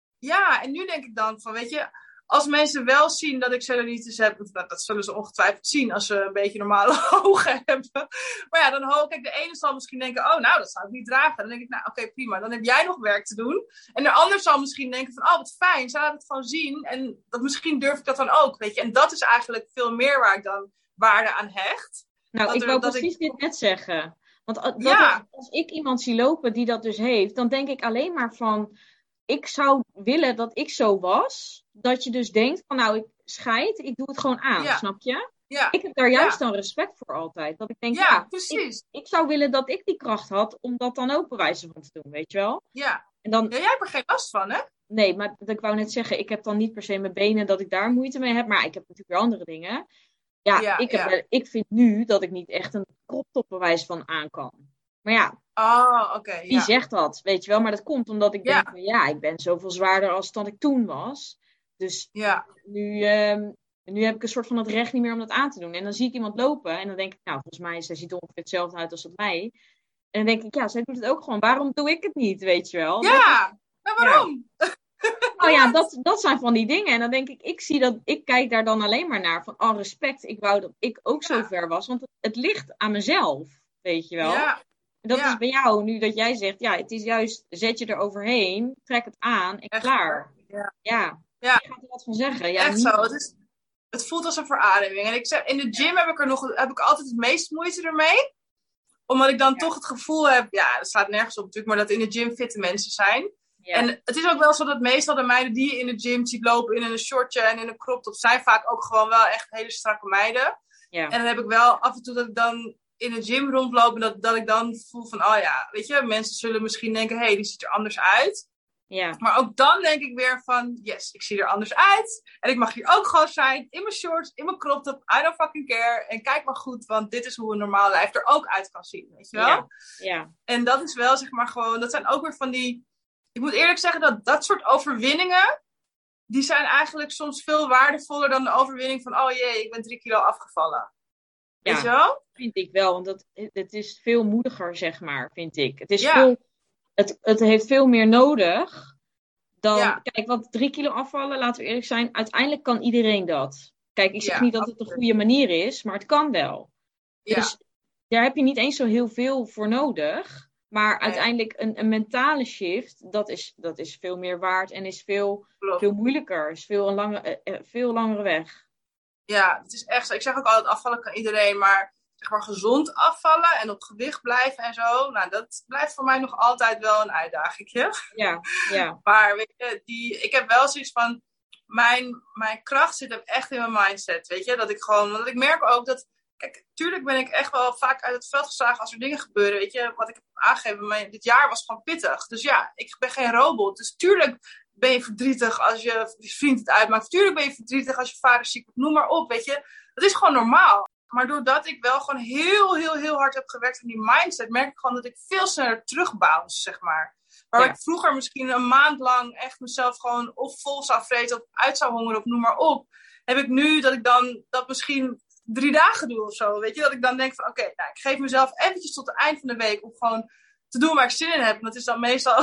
Ja, en nu denk ik dan van, weet je, als mensen wel zien dat ik cellulitis heb, dat, dat zullen ze ongetwijfeld zien als ze een beetje normale ogen hebben. Maar ja, dan hoop ik, de ene zal misschien denken, oh nou, dat zou ik niet dragen. Dan denk ik, nou oké, okay, prima, dan heb jij nog werk te doen. En de ander zal misschien denken van, oh wat fijn, zij laat het gewoon zien. En dat, misschien durf ik dat dan ook, weet je. En dat is eigenlijk veel meer waar ik dan waarde aan hecht. Nou, dat ik er, wou dat precies ik... dit net zeggen. Want dat ja. is, als ik iemand zie lopen die dat dus heeft, dan denk ik alleen maar van... Ik zou willen dat ik zo was. Dat je dus denkt van nou, ik scheid, ik doe het gewoon aan, ja. snap je? Ja. Ik heb daar juist ja. dan respect voor altijd. Dat ik denk, ja, ja, precies. Ik, ik zou willen dat ik die kracht had om dat dan ook bewijzen van te doen, weet je wel? Ja. En dan, ja, jij hebt er geen last van, hè? Nee, maar ik wou net zeggen, ik heb dan niet per se mijn benen dat ik daar moeite mee heb. Maar ik heb natuurlijk weer andere dingen. Ja, ja, ik, heb, ja. ik vind nu dat ik niet echt een crop top bewijs van aan kan. Maar ja, oh, okay, wie ja. zegt dat, weet je wel? Maar dat komt omdat ik ja. denk van ja, ik ben zoveel zwaarder als dat ik toen was. Dus ja. nu, um, nu heb ik een soort van het recht niet meer om dat aan te doen. En dan zie ik iemand lopen en dan denk ik, nou volgens mij, zij ziet er ongeveer hetzelfde uit als op mij. En dan denk ik, ja, zij doet het ook gewoon. Waarom doe ik het niet, weet je wel? Ja, is, nou waarom? Ja. Nou ja, dat, dat zijn van die dingen. En dan denk ik, ik zie dat, ik kijk daar dan alleen maar naar van, oh respect, ik wou dat ik ook ja. zo ver was. Want het, het ligt aan mezelf, weet je wel? Ja. Dat ja. is bij jou, nu dat jij zegt, ja, het is juist, zet je er overheen, trek het aan en echt klaar. Ja. Ja. ja. Ik ga er wat van zeggen. Ja, echt niet... zo. Het, is, het voelt als een verademing. En ik zeg, in de gym heb ik er nog, heb ik altijd het meest moeite ermee. Omdat ik dan ja. toch het gevoel heb, ja, dat staat nergens op natuurlijk, maar dat in de gym fitte mensen zijn. Ja. En het is ook wel zo dat meestal de meiden die je in de gym ziet lopen in een shortje en in een crop top, zijn vaak ook gewoon wel echt hele strakke meiden. Ja. En dan heb ik wel af en toe dat ik dan in de gym rondloop en dat, dat ik dan voel van, oh ja, weet je, mensen zullen misschien denken, hé, hey, die ziet er anders uit. Ja. Maar ook dan denk ik weer van, yes, ik zie er anders uit. En ik mag hier ook gewoon zijn, in mijn shorts, in mijn crop top, I don't fucking care. En kijk maar goed, want dit is hoe een normaal lijf er ook uit kan zien, weet je wel? Ja. Ja. En dat is wel, zeg maar, gewoon, dat zijn ook weer van die, ik moet eerlijk zeggen dat dat soort overwinningen, die zijn eigenlijk soms veel waardevoller dan de overwinning van, oh jee, ik ben drie kilo afgevallen. Ja, weet je wel? Vind ik wel, want dat, het is veel moediger, zeg maar, vind ik. Het is ja. veel, het, het heeft veel meer nodig dan, ja. kijk, want drie kilo afvallen, laten we eerlijk zijn, uiteindelijk kan iedereen dat. Kijk, ik zeg ja, niet dat absoluut. het een goede manier is, maar het kan wel. Ja. Dus daar heb je niet eens zo heel veel voor nodig. Maar nee. uiteindelijk een, een mentale shift, dat is, dat is veel meer waard en is veel, veel moeilijker. Is veel een lange, uh, veel langere weg. Ja, het is echt zo. Ik zeg ook altijd, afvallen kan iedereen, maar zeg maar gezond afvallen en op gewicht blijven en zo. Nou, dat blijft voor mij nog altijd wel een uitdaging. Ja, ja. Maar weet je, die, ik heb wel zoiets van, mijn, mijn kracht zit hem echt in mijn mindset, weet je. Dat ik gewoon, want ik merk ook dat, kijk, tuurlijk ben ik echt wel vaak uit het veld geslagen als er dingen gebeuren, weet je. Wat ik heb aangegeven, maar dit jaar was gewoon pittig. Dus ja, ik ben geen robot. Dus tuurlijk ben je verdrietig als je vriend het uitmaakt. Tuurlijk ben je verdrietig als je vader ziek wordt. Noem maar op, weet je. Dat is gewoon normaal. Maar doordat ik wel gewoon heel, heel, heel hard heb gewerkt aan die mindset, merk ik gewoon dat ik veel sneller terugbounce, zeg maar. Waar ja. ik vroeger misschien een maand lang echt mezelf gewoon of vol zou vreten of uit zou hongeren of noem maar op. Heb ik nu dat ik dan dat misschien drie dagen doe of zo. Weet je, dat ik dan denk van oké, okay, nou, ik geef mezelf eventjes tot het eind van de week om gewoon te doen waar ik zin in heb. En dat is dan meestal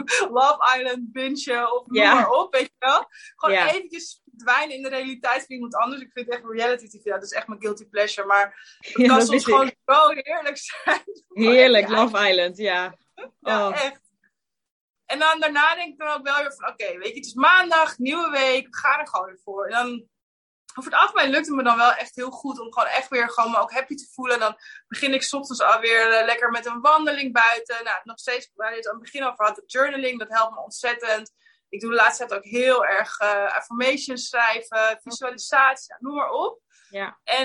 Love Island, bingen of noem ja. maar op, weet je wel. Gewoon ja. eventjes verdwijnen in de realiteit van iemand anders. Ik vind echt reality T V, ja, dat is echt mijn guilty pleasure. Maar het ja, kan soms gewoon ik. zo heerlijk zijn. Heerlijk, Love Island, ja. Ja, oh. echt. En dan daarna denk ik dan ook wel weer van oké, okay, weet je, het is maandag, nieuwe week, we gaan er gewoon weer voor. En dan over het algemeen lukt het me dan wel echt heel goed om gewoon echt weer gewoon me ook happy te voelen. En dan begin ik 's ochtends alweer uh, lekker met een wandeling buiten. Nou, nog steeds waar je het aan het begin over had, de journaling, dat helpt me ontzettend. Ik doe de laatste tijd ook heel erg uh, affirmations schrijven, visualisaties, nou, noem maar op. Ja. En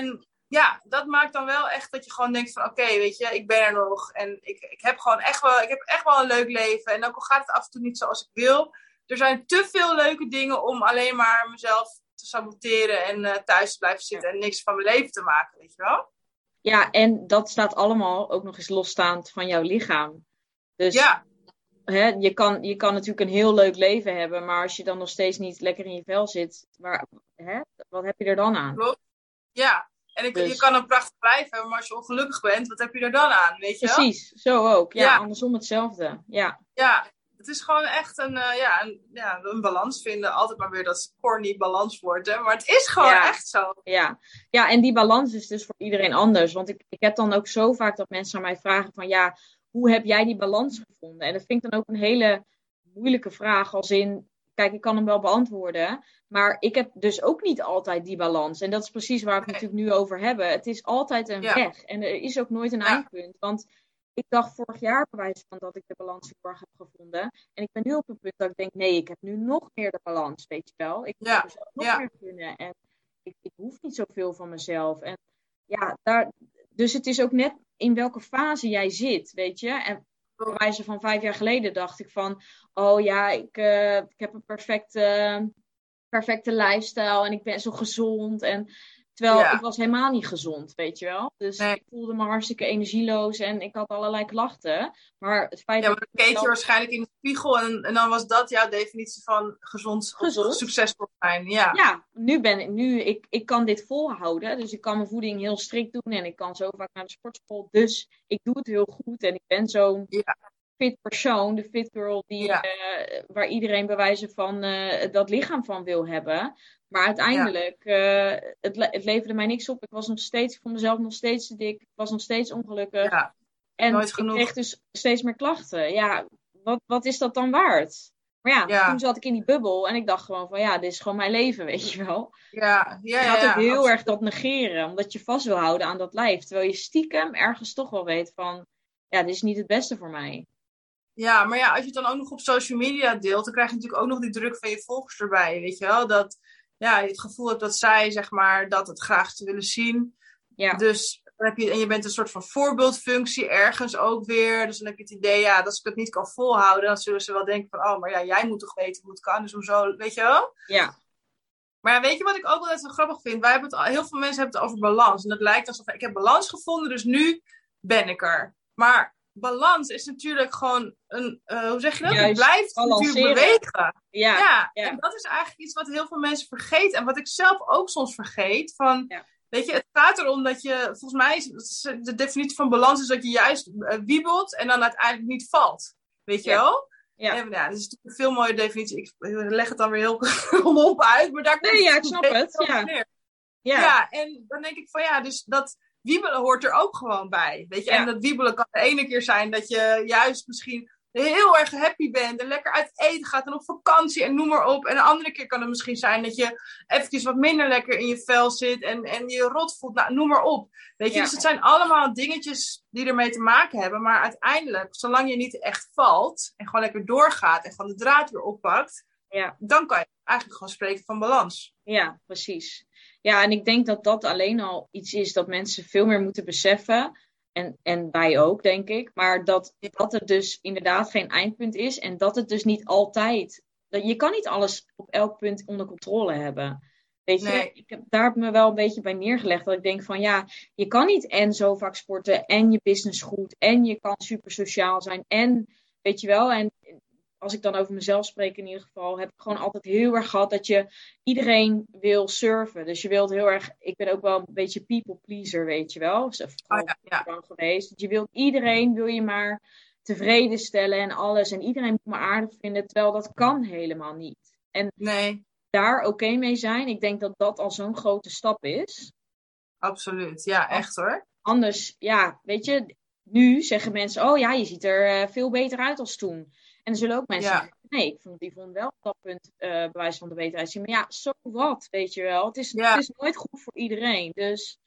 ja, dat maakt dan wel echt dat je gewoon denkt van oké, okay, weet je, ik ben er nog. En ik, ik heb gewoon echt wel, ik heb echt wel een leuk leven. En ook al gaat het af en toe niet zoals ik wil. Er zijn te veel leuke dingen om alleen maar mezelf te saboteren en uh, thuis te blijven zitten. En niks van mijn leven te maken, weet je wel? Ja, en dat staat allemaal ook nog eens losstaand van jouw lichaam. Dus ja. hè, je, kan, je kan natuurlijk een heel leuk leven hebben. Maar als je dan nog steeds niet lekker in je vel zit. Waar, hè, wat heb je er dan aan? Klopt. Ja. En ik, dus... je kan een prachtig lijf hebben, maar als je ongelukkig bent, wat heb je er dan aan, weet je wel? Precies, zo ook. Ja, ja. andersom hetzelfde. Ja, ja, het is gewoon echt een, uh, ja, een, ja, een balans vinden. Altijd maar weer dat corny balanswoord, hè. Maar het is gewoon ja. echt zo. Ja. ja, en die balans is dus voor iedereen anders. Want ik, ik heb dan ook zo vaak dat mensen aan mij vragen van, ja, hoe heb jij die balans gevonden? En dat vind ik dan ook een hele moeilijke vraag, als in... Kijk, ik kan hem wel beantwoorden, maar ik heb dus ook niet altijd die balans. En dat is precies waar we het natuurlijk nu over hebben. Het is altijd een ja. weg en er is ook nooit een ja. eindpunt. Want ik dacht vorig jaar bij wijze van dat ik de balans heel erg heb gevonden. En ik ben nu op een punt dat ik denk, nee, ik heb nu nog meer de balans, weet je wel. Ik ja. moet dus nog ja. meer kunnen en ik, ik hoef niet zoveel van mezelf. En ja, daar, dus het is ook net in welke fase jij zit, weet je. En bij wijze van vijf jaar geleden dacht ik van... Oh ja, ik, uh, ik heb een perfecte, perfecte lifestyle en ik ben zo gezond. En, terwijl ja. ik was helemaal niet gezond, weet je wel. Dus nee. ik voelde me hartstikke energieloos en ik had allerlei klachten. Maar het feit ja, maar dat dan keek dat... je waarschijnlijk in de spiegel en, en dan was dat jouw definitie van gezond, gezond? of succesvol zijn. Ja, ja nu ben ik, nu, ik, ik kan dit volhouden. Dus ik kan mijn voeding heel strikt doen en ik kan zo vaak naar de sportschool. Dus ik doe het heel goed en ik ben zo'n... Ja. fit persoon, de fit girl die, ja. uh, waar iedereen bij wijze van uh, dat lichaam van wil hebben. Maar uiteindelijk, ja. uh, het, le- het leverde mij niks op. Ik was nog steeds, ik vond mezelf nog steeds te dik. Ik was nog steeds ongelukkig. Ja. En Nooit ik genoeg. kreeg dus steeds meer klachten. Ja, wat, wat is dat dan waard? Maar ja, ja, toen zat ik in die bubbel en ik dacht gewoon van ja, dit is gewoon mijn leven, weet je wel. Ja, ja, je gaat ja, ook heel absoluut. erg dat negeren, omdat je vast wil houden aan dat lijf. Terwijl je stiekem ergens toch wel weet van, ja, dit is niet het beste voor mij. Ja, maar ja, als je het dan ook nog op social media deelt, dan krijg je natuurlijk ook nog die druk van je volgers erbij, weet je wel. Dat ja, je het gevoel hebt dat zij, zeg maar, dat het graag te willen zien. Ja. Dus dan heb je, en je bent een soort van voorbeeldfunctie ergens ook weer. Dus dan heb je het idee, ja, dat als ik het niet kan volhouden, dan zullen ze wel denken van, oh, maar ja, jij moet toch weten hoe het kan, dus hoezo, weet je wel? Ja. Maar ja, weet je wat ik ook wel eens wel grappig vind? Wij hebben het, heel veel mensen hebben het over balans. En het lijkt alsof, ik heb balans gevonden, dus nu ben ik er. Maar balans is natuurlijk gewoon een, uh, hoe zeg je dat? Juist, het blijft balanceren. natuurlijk bewegen. Ja, ja, ja, en dat is eigenlijk iets wat heel veel mensen vergeten. En wat ik zelf ook soms vergeet. Van, ja. Weet je, het gaat erom dat je, volgens mij is de definitie van balans is dat je juist uh, wiebelt en dan uiteindelijk niet valt. Weet je ja. wel? Ja. En, ja, dat is natuurlijk een veel mooie definitie. Ik leg het dan weer heel op uit. Maar daar nee, ja, ik snap het. Ja. Ja. Ja. ja, en dan denk ik van ja, dus dat wiebelen hoort er ook gewoon bij. Weet je, ja. en dat wiebelen kan de ene keer zijn dat je juist misschien heel erg happy bent en lekker uit eten gaat en op vakantie en noem maar op. En de andere keer kan het misschien zijn dat je eventjes wat minder lekker in je vel zit en, en je rot voelt. Nou, noem maar op. Weet je, ja. dus het zijn allemaal dingetjes die ermee te maken hebben. Maar uiteindelijk, zolang je niet echt valt en gewoon lekker doorgaat en gewoon de draad weer oppakt, ja. dan kan je eigenlijk gewoon spreken van balans. Ja, precies. Ja, en ik denk dat dat alleen al iets is dat mensen veel meer moeten beseffen. En, en wij ook, denk ik. Maar dat, dat het dus inderdaad geen eindpunt is. En dat het dus niet altijd... Dat, je kan niet alles op elk punt onder controle hebben. Weet je, nee. ik heb, daar heb ik me wel een beetje bij neergelegd. Dat ik denk van ja, je kan niet en zo vaak sporten. En je business goed. En je kan super sociaal zijn. En weet je wel... En, als ik dan over mezelf spreek in ieder geval, heb ik gewoon altijd heel erg gehad dat je iedereen wil surfen. Dus je wilt heel erg, ik ben ook wel een beetje people pleaser, weet je wel. Dus oh, ja, ja. geweest. Je wilt iedereen, wil je maar tevreden stellen en alles. En iedereen moet me aardig vinden, terwijl dat kan helemaal niet. En nee. daar oké okay mee zijn, ik denk dat dat al zo'n grote stap is. Absoluut, ja, echt hoor. Anders, ja, weet je, nu zeggen mensen, oh ja, je ziet er uh, veel beter uit als toen. En er zullen ook mensen ja. zeggen, nee, ik vond die vond wel op dat punt uh, bewijs van de beter uitzien. Maar ja, zo wat, weet je wel. Het is, ja. het is nooit goed voor iedereen. Dus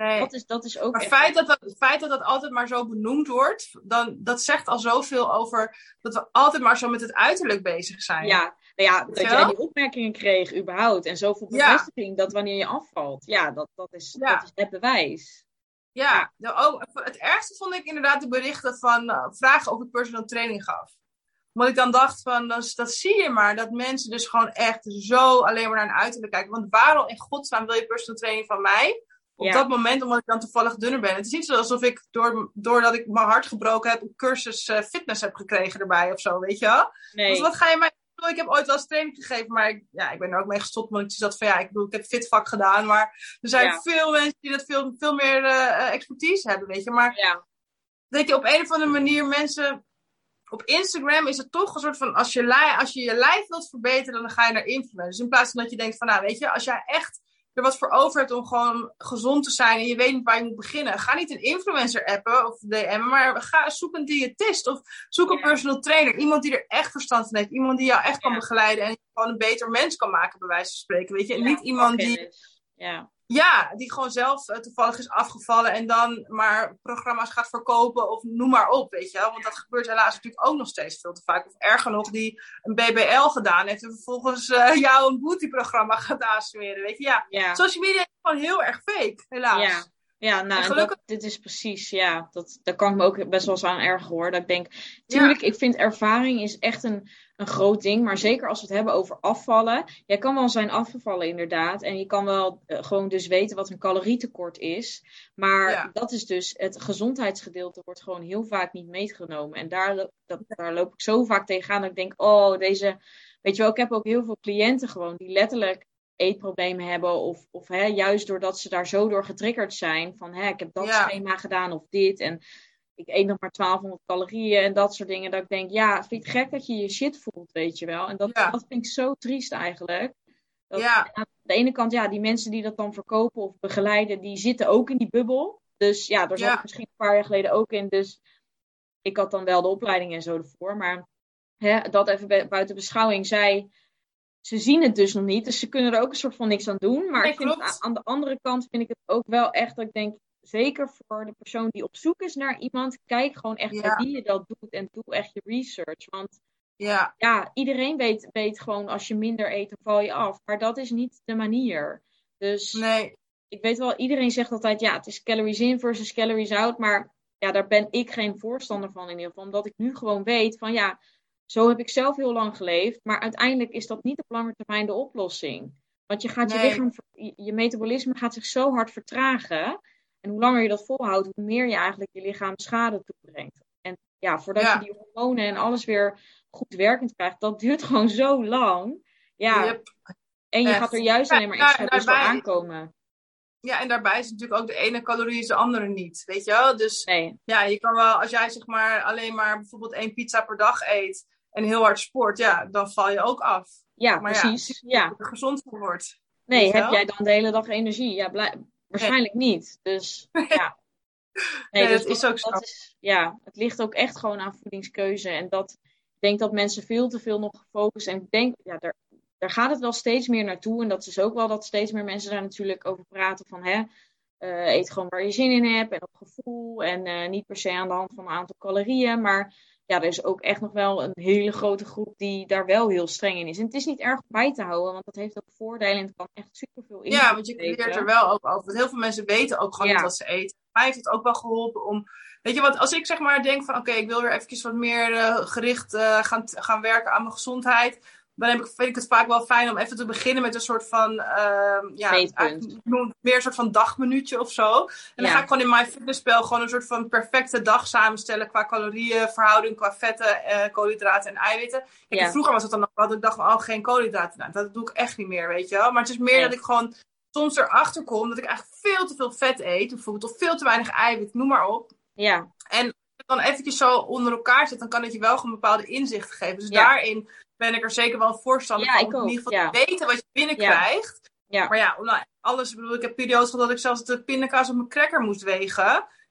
Nee. Dat is, dat is ook maar echt... feit dat dat, het feit dat dat altijd maar zo benoemd wordt, dan, dat zegt al zoveel over dat we altijd maar zo met het uiterlijk bezig zijn. Ja, nou ja, dat jij die opmerkingen kreeg überhaupt. En zoveel bevestiging ja. dat wanneer je afvalt. Ja, dat, dat, is, ja. dat is het bewijs. Ja, ja. Nou, oh, het ergste vond ik inderdaad de berichten van uh, vragen of ik personal training gaf. Omdat ik dan dacht van, dat, dat zie je maar, dat mensen dus gewoon echt zo alleen maar naar hun uiterlijk kijken. Want waarom in godsnaam wil je personal training van mij? Op ja. dat moment, omdat ik dan toevallig dunner ben. Het is niet zo alsof ik, door, doordat ik mijn hart gebroken heb, een cursus uh, fitness heb gekregen erbij of zo, weet je wel? Nee. Dus wat ga je mij doen? Ik heb ooit wel eens training gegeven, maar ik, ja, ik ben er ook mee gestopt. Want ik zat van, ja, ik bedoel, ik heb fitvak gedaan. Maar er zijn ja. veel mensen die dat veel, veel meer uh, expertise hebben, weet je. Maar ja. weet je, op een of andere manier mensen... Op Instagram is het toch een soort van, als je, li- als je je lijf wilt verbeteren, dan ga je naar influencers. Dus in plaats van dat je denkt van, nou weet je, als jij echt er wat voor over hebt om gewoon gezond te zijn en je weet niet waar je moet beginnen, ga niet een influencer appen of D M'en, maar ga, zoek een diëtist of zoek een ja. personal trainer. Iemand die er echt verstand van heeft. Iemand die jou echt kan ja. begeleiden en gewoon een beter mens kan maken, bij wijze van spreken. Weet je? En ja, niet iemand die... Ja. Ja, die gewoon zelf uh, toevallig is afgevallen en dan maar programma's gaat verkopen of noem maar op, weet je wel. Want dat gebeurt helaas natuurlijk ook nog steeds veel te vaak. Of erger nog, die een B B L gedaan heeft en vervolgens uh, jou een beautyprogramma gaat aansmeren, weet je. Ja, ja. Social media is gewoon heel erg fake, helaas. Ja. Ja, nou, en gelukkig... dat, dit is precies, ja, dat, daar kan ik me ook best wel eens aan erger hoor. Dat ik denk, tuurlijk, ja. ik vind ervaring is echt een, een groot ding, maar zeker als we het hebben over afvallen. Jij kan wel zijn afgevallen inderdaad, en je kan wel uh, gewoon dus weten wat een calorietekort is. Maar ja. dat is dus, het gezondheidsgedeelte wordt gewoon heel vaak niet meegenomen. En daar, dat, daar loop ik zo vaak tegenaan dat ik denk, oh, deze, weet je wel, ik heb ook heel veel cliënten gewoon die letterlijk eetproblemen hebben of, of hè, juist doordat ze daar zo door getriggerd zijn van hè, ik heb dat ja. schema gedaan of dit en ik eet nog maar twaalfhonderd calorieën en dat soort dingen, dat ik denk, ja, vind je het gek dat je je shit voelt, weet je wel, en dat, ja. dat vind ik zo triest eigenlijk. Dat, ja. Aan de ene kant, ja, die mensen die dat dan verkopen of begeleiden, die zitten ook in die bubbel, dus ja, daar zat ja. ik misschien een paar jaar geleden ook in, dus ik had dan wel de opleiding en zo ervoor, maar hè, dat even buiten beschouwing, zij Ze zien het dus nog niet, dus ze kunnen er ook een soort van niks aan doen. Maar nee, ik vind het, aan de andere kant vind ik het ook wel echt dat ik denk, zeker voor de persoon die op zoek is naar iemand, kijk gewoon echt ja. bij wie je dat doet en doe echt je research. Want ja, ja iedereen weet, weet gewoon als je minder eet, dan val je af. Maar dat is niet de manier. Dus nee. ik weet wel, iedereen zegt altijd, ja, het is calories in versus calories out. Maar ja, daar ben ik geen voorstander van in ieder geval. Omdat ik nu gewoon weet van ja, zo heb ik zelf heel lang geleefd, maar uiteindelijk is dat niet op lange termijn de oplossing. Want je gaat je nee. lichaam, je, je metabolisme gaat zich zo hard vertragen. En hoe langer je dat volhoudt, hoe meer je eigenlijk je lichaam schade toebrengt. En ja, voordat ja. je die hormonen en alles weer goed werkend krijgt, dat duurt gewoon zo lang. Ja. Yep. En je Echt. gaat er juist alleen maar extra dus wel aankomen. Ja, en daarbij is natuurlijk ook de ene calorie is de andere niet, weet je wel? Dus nee. ja, je kan wel, als jij zeg maar alleen maar bijvoorbeeld één pizza per dag eet en heel hard sport, ja, dan val je ook af. Ja, maar precies. Ja, ja. Dat je er gezond van wordt. Nee, heb jij dan de hele dag energie? Ja, blij... waarschijnlijk nee. niet. Dus ja. Nee, nee dat dus is ook zo. Dat is, ja, het ligt ook echt gewoon aan voedingskeuze. En dat, ik denk dat mensen veel te veel nog gefocust. En ik denk, ja, daar, daar gaat het wel steeds meer naartoe. En dat is ook wel dat steeds meer mensen daar natuurlijk over praten van, hè, uh, eet gewoon waar je zin in hebt en op gevoel. En uh, niet per se aan de hand van een aantal calorieën. Maar ja, er is ook echt nog wel een hele grote groep die daar wel heel streng in is. En het is niet erg om bij te houden, want dat heeft ook voordelen en het kan echt superveel invloed Ja, want je leert er wel ook over. Want heel veel mensen weten ook gewoon ja. niet wat ze eten. Mij heeft het ook wel geholpen om... Weet je wat, als ik zeg maar denk van... Oké, okay, ik wil weer eventjes wat meer uh, gericht uh, gaan, gaan werken aan mijn gezondheid... Dan heb ik, vind ik het vaak wel fijn om even te beginnen met een soort van... Uh, ja, meer een soort van dagminuutje of zo. En dan ja. ga ik gewoon in MyFitnessPal gewoon een soort van perfecte dag samenstellen... qua calorieën, verhouding, qua vetten, uh, koolhydraten en eiwitten. Kijk, ja. Vroeger was het dan nog wel dat ik dacht van... Oh, geen koolhydraten. Nou, dat doe ik echt niet meer, weet je wel. Maar het is meer nee. dat ik gewoon soms erachter kom... dat ik eigenlijk veel te veel vet eet. Bijvoorbeeld of veel te weinig eiwit, noem maar op. Ja. En dan eventjes zo onder elkaar zet... dan kan het je wel gewoon bepaalde inzichten geven. Dus ja. daarin... ben ik er zeker wel een voorstander ja, van. Om in ieder geval ja. te weten wat je binnenkrijgt. Ja. Ja. Maar ja, nou, alles, ik bedoel, ik heb periodes gehad dat ik zelfs de pindakaas op mijn cracker moest wegen.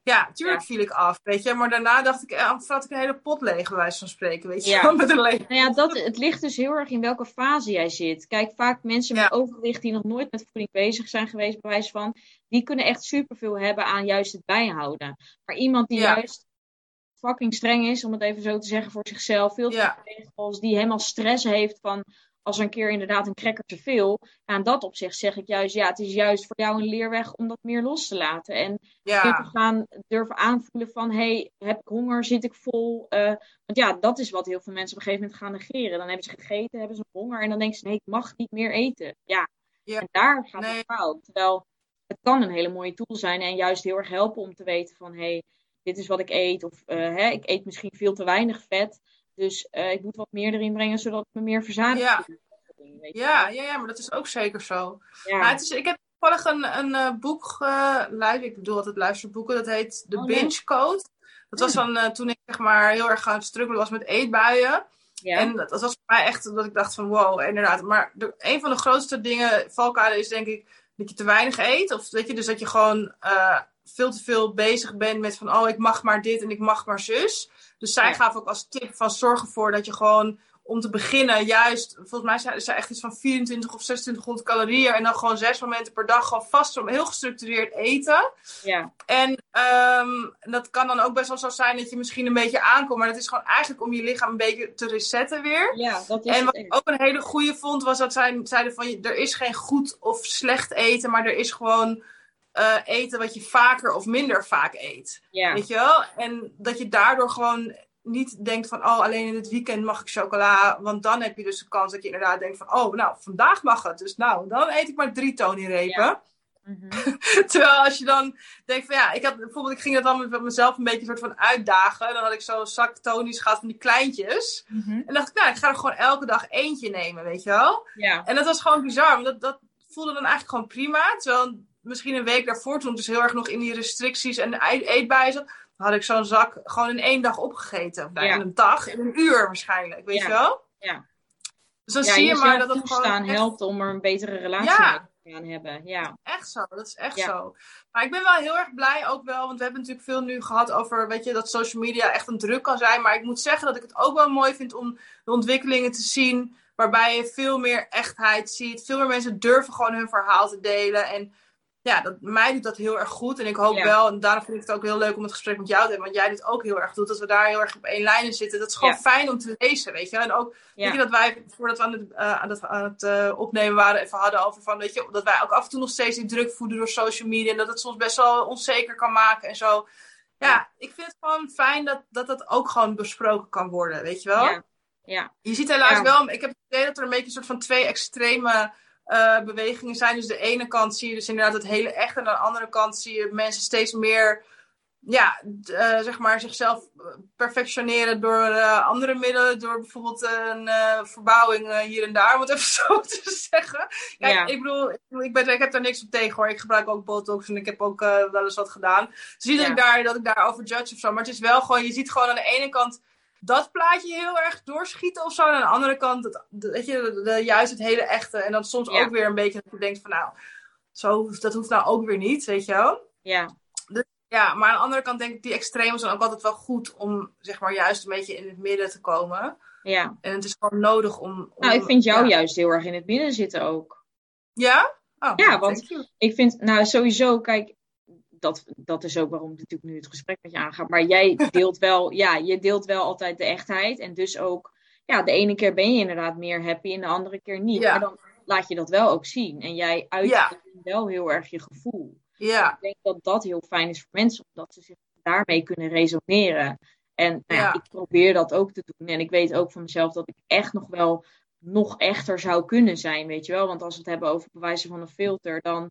Ja, tuurlijk Ja. viel ik af, weet je. Maar daarna dacht ik, eh, had ik een hele pot leeg, bij wijze van spreken, weet je. Ja. wel, Met een leeg. Nou ja, dat, het ligt dus heel erg in welke fase jij zit. Kijk, vaak mensen met Ja. overgewicht die nog nooit met voeding bezig zijn geweest, bij wijze van, die kunnen echt superveel hebben aan juist het bijhouden. Maar iemand die Ja. juist fucking streng is, om het even zo te zeggen, voor zichzelf, veel te Ja. veel regels, die helemaal stress heeft van, als er een keer inderdaad een cracker te veel, aan dat opzicht zeg ik juist, ja, het is juist voor jou een leerweg om dat meer los te laten. En Ja. durven gaan, durven aanvoelen van, hey, heb ik honger, zit ik vol? Uh, want ja, dat is wat heel veel mensen op een gegeven moment gaan negeren. Dan hebben ze gegeten, hebben ze honger en dan denken ze, nee, ik mag niet meer eten. Ja, Ja. en daar gaat Nee. het fout. Terwijl, het kan een hele mooie tool zijn en juist heel erg helpen om te weten van, hey, dit is wat ik eet. Of uh, hè, ik eet misschien veel te weinig vet. Dus uh, ik moet wat meer erin brengen, zodat ik me meer verzadigd Ja. voel. Ja, ja, ja, maar dat is ook zeker zo. Ja. Maar het is, ik heb toevallig een, een uh, boek geluisterd. Ik bedoel altijd luisterboeken. Dat heet The Oh, Binge leuk. Code. Dat was van uh, toen ik zeg maar heel erg aan het struggelen was met eetbuien. Ja. En dat, dat was voor mij echt dat ik dacht van wow, inderdaad. Maar de, een van de grootste dingen, valkuilen, is denk ik dat je te weinig eet. Of weet je, dus dat je gewoon uh, veel te veel bezig bent met van oh, ik mag maar dit en ik mag maar zus. Dus zij Ja. gaf ook als tip van zorg ervoor dat je gewoon om te beginnen juist, volgens mij zijn er echt iets van vierentwintig of zesentwintighonderd calorieën. En dan gewoon zes momenten per dag gewoon vast om heel gestructureerd eten. Ja. En um, dat kan dan ook best wel zo zijn dat je misschien een beetje aankomt. Maar dat is gewoon eigenlijk om je lichaam een beetje te resetten weer. Ja, dat is en wat het ik ook een hele goede vond, was dat zij zeiden van er is geen goed of slecht eten. Maar er is gewoon uh, eten wat je vaker of minder vaak eet. Ja. Weet je wel? En dat je daardoor gewoon niet denkt van, oh, alleen in het weekend mag ik chocola. Want dan heb je dus de kans dat je inderdaad denkt van, oh, nou, vandaag mag het. Dus nou, dan eet ik maar drie Tony-repen. Ja. Mm-hmm. Terwijl als je dan denkt van, ja, ik had bijvoorbeeld, ik ging dat dan met mezelf een beetje een soort van uitdagen. En dan had ik zo'n zak Tony's gehad van die kleintjes. Mm-hmm. En dacht ik, nou, ik ga er gewoon elke dag eentje nemen, weet je wel. Ja. En dat was gewoon bizar, want dat, dat voelde dan eigenlijk gewoon prima. Terwijl misschien een week daarvoor, toen ik dus heel erg nog in die restricties en eetbuien zat, had ik zo'n zak gewoon in één dag opgegeten. Nou, Ja. in een dag, in een uur waarschijnlijk, weet Ja. je wel? Ja. Dus dan Ja, zie je maar dat het het toestaan gewoon echt, helpt om er een betere relatie Ja. mee te gaan hebben. Ja. echt zo, dat is echt Ja. zo. Maar ik ben wel heel erg blij ook wel, want we hebben natuurlijk veel nu gehad over, weet je, dat social media echt een druk kan zijn. Maar ik moet zeggen dat ik het ook wel mooi vind om de ontwikkelingen te zien, waarbij je veel meer echtheid ziet. Veel meer mensen durven gewoon hun verhaal te delen. En ja, dat, mij doet dat heel erg goed. En ik hoop Ja. wel, en daarom vind ik het ook heel leuk om het gesprek met jou te hebben. Want jij dit ook heel erg doet, dat we daar heel erg op één lijn in zitten. Dat is gewoon Ja. fijn om te lezen, weet je. En ook, Ja. weet je, dat wij, voordat we aan het, uh, aan het, aan het uh, opnemen waren, even hadden over van, weet je, dat wij ook af en toe nog steeds die druk voeden door social media. En dat het soms best wel onzeker kan maken en zo. Ja, Ja. ik vind het gewoon fijn dat, dat dat ook gewoon besproken kan worden, weet je wel. Ja. Ja. Je ziet helaas Ja. wel, ik heb het idee dat er een beetje een soort van twee extreme uh, bewegingen zijn. Dus de ene kant zie je dus inderdaad het hele echt. En aan de andere kant zie je mensen steeds meer, ja, uh, zeg maar zichzelf perfectioneren door uh, andere middelen. Door bijvoorbeeld een uh, verbouwing uh, hier en daar, om het even zo te zeggen. Kijk, Ja. ik bedoel, ik, ben, ik heb daar niks op tegen hoor. Ik gebruik ook botox en ik heb ook uh, wel eens wat gedaan. Dus niet Ja. dat ik daar, dat ik daarover judge of zo. Maar het is wel gewoon, je ziet gewoon aan de ene kant dat plaatje heel erg doorschieten of zo. En aan de andere kant, het, de, weet je, de, de, juist het hele echte. En dan soms Ja. ook weer een beetje dat je denkt van nou, zo, dat hoeft nou ook weer niet, weet je wel. Ja. Dus, ja, maar aan de andere kant denk ik, die extremen zijn ook altijd wel goed om, zeg maar, juist een beetje in het midden te komen. Ja. En het is gewoon nodig om... om Nou, ik vind jou ja. juist heel erg in het midden zitten ook. Ja? Oh, Ja, nou, want thank you. ik vind, nou sowieso, kijk, dat, dat is ook waarom ik natuurlijk nu het gesprek met je aanga. Maar jij deelt wel, ja, je deelt wel altijd de echtheid. En dus ook, ja, de ene keer ben je inderdaad meer happy en de andere keer niet. Ja. Maar dan laat je dat wel ook zien. En jij uit Ja. wel heel erg je gevoel. Ja, Ik denk dat dat heel fijn is voor mensen, omdat ze zich daarmee kunnen resoneren. En nou ja, Ja. ik probeer dat ook te doen. En ik weet ook van mezelf dat ik echt nog wel nog echter zou kunnen zijn, weet je wel. Want als we het hebben over bewijzen van een filter, dan,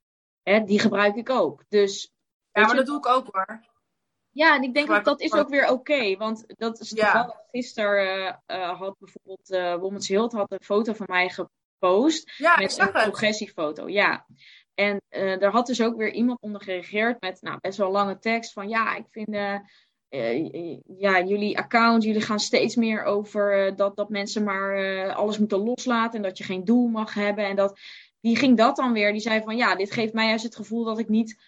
hè, die gebruik ik ook. Dus, ja weet maar je, dat doe ik ook hoor. ja, en ik denk gebruik dat dat ik is ook. ook weer oké. Want dat is Ja. toevallig gisteren uh, uh, had bijvoorbeeld uh, Women's Health had een foto van mij gepost. Ja, ik Met zag een het. progressiefoto, ja. En uh, daar had dus ook weer iemand onder gereageerd met nou, best wel lange tekst van ja, ik vind uh, uh, ja, jullie account, jullie gaan steeds meer over uh, dat, dat mensen maar uh, alles moeten loslaten en dat je geen doel mag hebben. En dat, die ging dat dan weer, die zei van ja, dit geeft mij juist het gevoel dat ik niet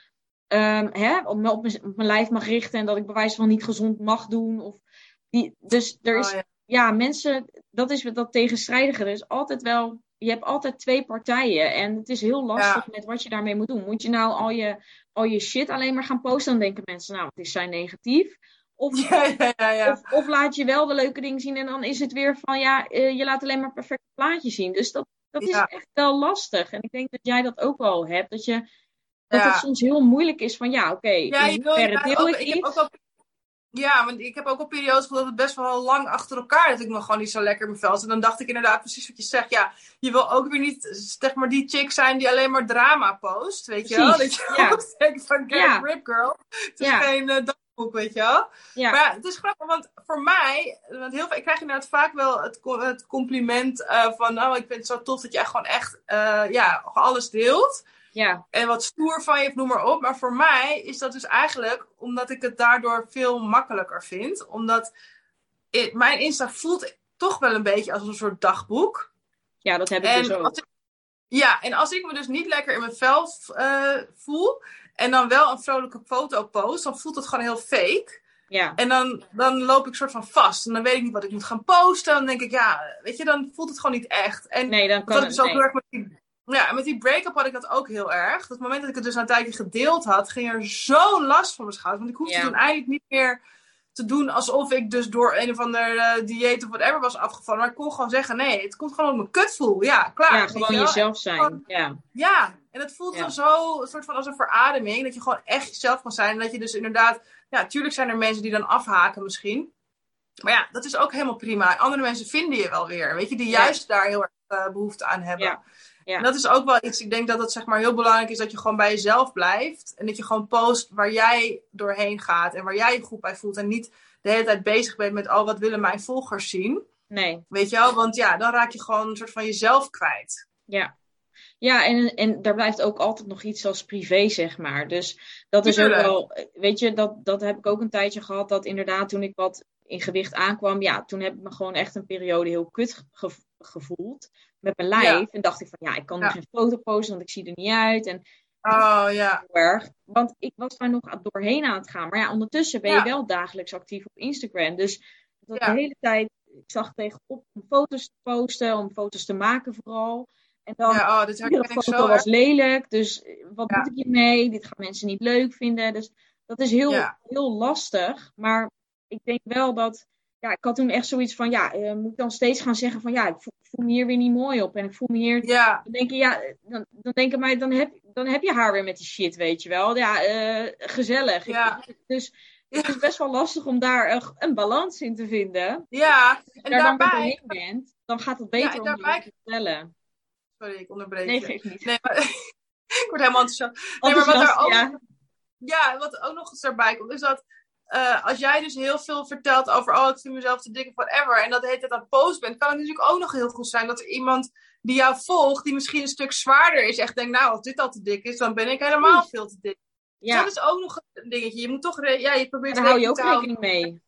um, hè, op, me op, mijn, op mijn lijf mag richten en dat ik bij wijze van niet gezond mag doen. Of die, dus er is, oh, ja. ja, mensen, dat is dat tegenstrijdige. Er is altijd wel, je hebt altijd twee partijen en het is heel lastig ja. met wat je daarmee moet doen. Moet je nou al je, al je shit alleen maar gaan posten, dan denken mensen, nou, het is zijn negatief. Of, ja, ja, ja, ja. Of, of laat je wel de leuke dingen zien en dan is het weer van, ja, uh, je laat alleen maar perfecte plaatjes zien. Dus dat, dat ja. is echt wel lastig. En ik denk dat jij dat ook wel hebt, dat je dat ja. het soms heel moeilijk is van, ja, oké, okay, ja, in hoeverre deel ik, ik iets? Al, ja, want ik heb ook al periodes gehad dat het best wel lang achter elkaar dat ik me gewoon niet zo lekker in mijn vel zat. En dan dacht ik inderdaad precies wat je zegt. Ja, je wil ook weer niet, zeg maar, die chick zijn die alleen maar drama post, weet je wel? Dat je ja. ook denkt van, get ja. a grip, girl. Het is ja. geen uh, dagboek, weet je wel? Ja. Maar ja, het is grappig, want voor mij, want heel veel, ik krijg inderdaad vaak wel het, het compliment uh, van, oh, ik vind het zo tof dat jij gewoon echt, uh, ja, alles deelt. Ja. En wat stoer van je, noem maar op. Maar voor mij is dat dus eigenlijk omdat ik het daardoor veel makkelijker vind. Omdat it, mijn Insta voelt toch wel een beetje als een soort dagboek. Ja, dat heb ik en dus ook. Ik, ja, en als ik me dus niet lekker in mijn vel uh, voel en dan wel een vrolijke foto post, dan voelt het gewoon heel fake. Ja. En dan, dan loop ik soort van vast. En dan weet ik niet wat ik moet gaan posten. Dan denk ik, ja, weet je, dan voelt het gewoon niet echt. En nee, dan kan dat het is ook nee. heel erg met die... Ja, en met die break-up had ik dat ook heel erg. Op het moment dat ik het dus een tijdje gedeeld had, ging er zo'n last van mijn schouders. Want ik hoefde ja. toen eigenlijk niet meer te doen alsof ik dus door een of ander uh, dieet of whatever was afgevallen. Maar ik kon gewoon zeggen, nee, het komt gewoon op mijn kut voel. Ja, klaar. Ja, gewoon je jezelf zijn. Gewoon, ja. ja, en het voelt ja. dan zo een soort van als een verademing. Dat je gewoon echt jezelf kan zijn. En dat je dus inderdaad, ja, tuurlijk zijn er mensen die dan afhaken misschien. Maar ja, dat is ook helemaal prima. Andere mensen vinden je wel weer. Weet je, die juist ja. daar heel erg uh, behoefte aan hebben. Ja. Ja. En dat is ook wel iets, ik denk dat het zeg maar heel belangrijk is dat je gewoon bij jezelf blijft. En dat je gewoon post waar jij doorheen gaat en waar jij je goed bij voelt. En niet de hele tijd bezig bent met, oh, wat willen mijn volgers zien? Nee. Weet je wel? Want ja, dan raak je gewoon een soort van jezelf kwijt. Ja. Ja, en, en daar blijft ook altijd nog iets als privé, zeg maar. Dus dat is ook wel, weet je, dat, dat heb ik ook een tijdje gehad. Dat inderdaad, toen ik wat in gewicht aankwam, ja, toen heb ik me gewoon echt een periode heel kut gev- gevoeld. Met mijn lijf. Ja. En dacht ik van, ja, ik kan ja. nu geen foto posten, want ik zie er niet uit. En oh, ja. heel erg. Want ik was daar nog doorheen aan het gaan. Maar ja, ondertussen ben je ja. wel dagelijks actief op Instagram. Dus dat ja. de hele tijd, ik zag tegenop om foto's te posten, om foto's te maken vooral. En dan, ja, oh, dit iedere foto zo, was lelijk. Dus wat ja. moet ik hiermee? Dit gaan mensen niet leuk vinden. Dus dat is heel, ja. heel lastig. Maar ik denk wel dat... Ja, ik had toen echt zoiets van... Ja, uh, moet ik dan steeds gaan zeggen van... Ja, ik voel, voel me hier weer niet mooi op. En ik voel me hier... Ja. Dan denk je, ja... Dan, dan denken mij, dan heb, dan heb je haar weer met die shit, weet je wel. Ja, uh, gezellig. Ja. Ik, dus het is best wel lastig om daar een, een balans in te vinden. Ja. Als je en daar daarbij... dan mee bent, dan gaat het beter ja, om daarbij... je te vertellen. Sorry, ik onderbreek nee, je. geef niet. Nee, maar... ik word helemaal enthousiast. Nee, maar wat er ook... Ja. ja, wat ook nog eens daarbij komt, is dat... Uh, als jij dus heel veel vertelt over, oh, ik vind mezelf te dik of whatever, en dat de hele tijd aan post bent, kan het natuurlijk ook nog heel goed zijn dat er iemand die jou volgt, die misschien een stuk zwaarder is, echt denkt, nou, als dit al te dik is, dan ben ik helemaal veel te dik. Ja. Dus dat is ook nog een dingetje. Je moet toch, re- ja, je probeert daar hou je ook rekening mee.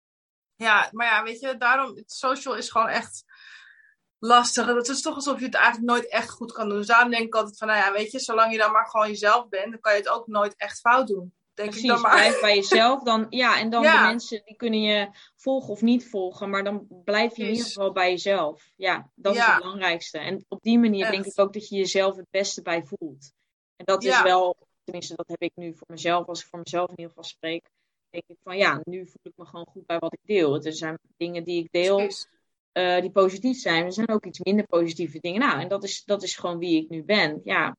Ja, maar ja, weet je, daarom, het social is gewoon echt lastig. Het is toch alsof je het eigenlijk nooit echt goed kan doen. Dus daarom denk ik altijd van, nou ja, weet je, zolang je dan maar gewoon jezelf bent, dan kan je het ook nooit echt fout doen. Denk Precies, ik dan maar. Blijf bij jezelf. Dan, ja, en dan ja. de mensen die kunnen je volgen of niet volgen. Maar dan blijf je in ieder geval bij jezelf. Ja, dat ja. is het belangrijkste. En op die manier Echt. denk ik ook dat je jezelf het beste bij voelt. En dat ja. is wel, tenminste dat heb ik nu voor mezelf. Als ik voor mezelf in ieder geval spreek. Denk ik van ja, nu voel ik me gewoon goed bij wat ik deel. Er zijn dingen die ik deel uh, die positief zijn. Er zijn ook iets minder positieve dingen. Nou, en dat is, dat is gewoon wie ik nu ben. Ja.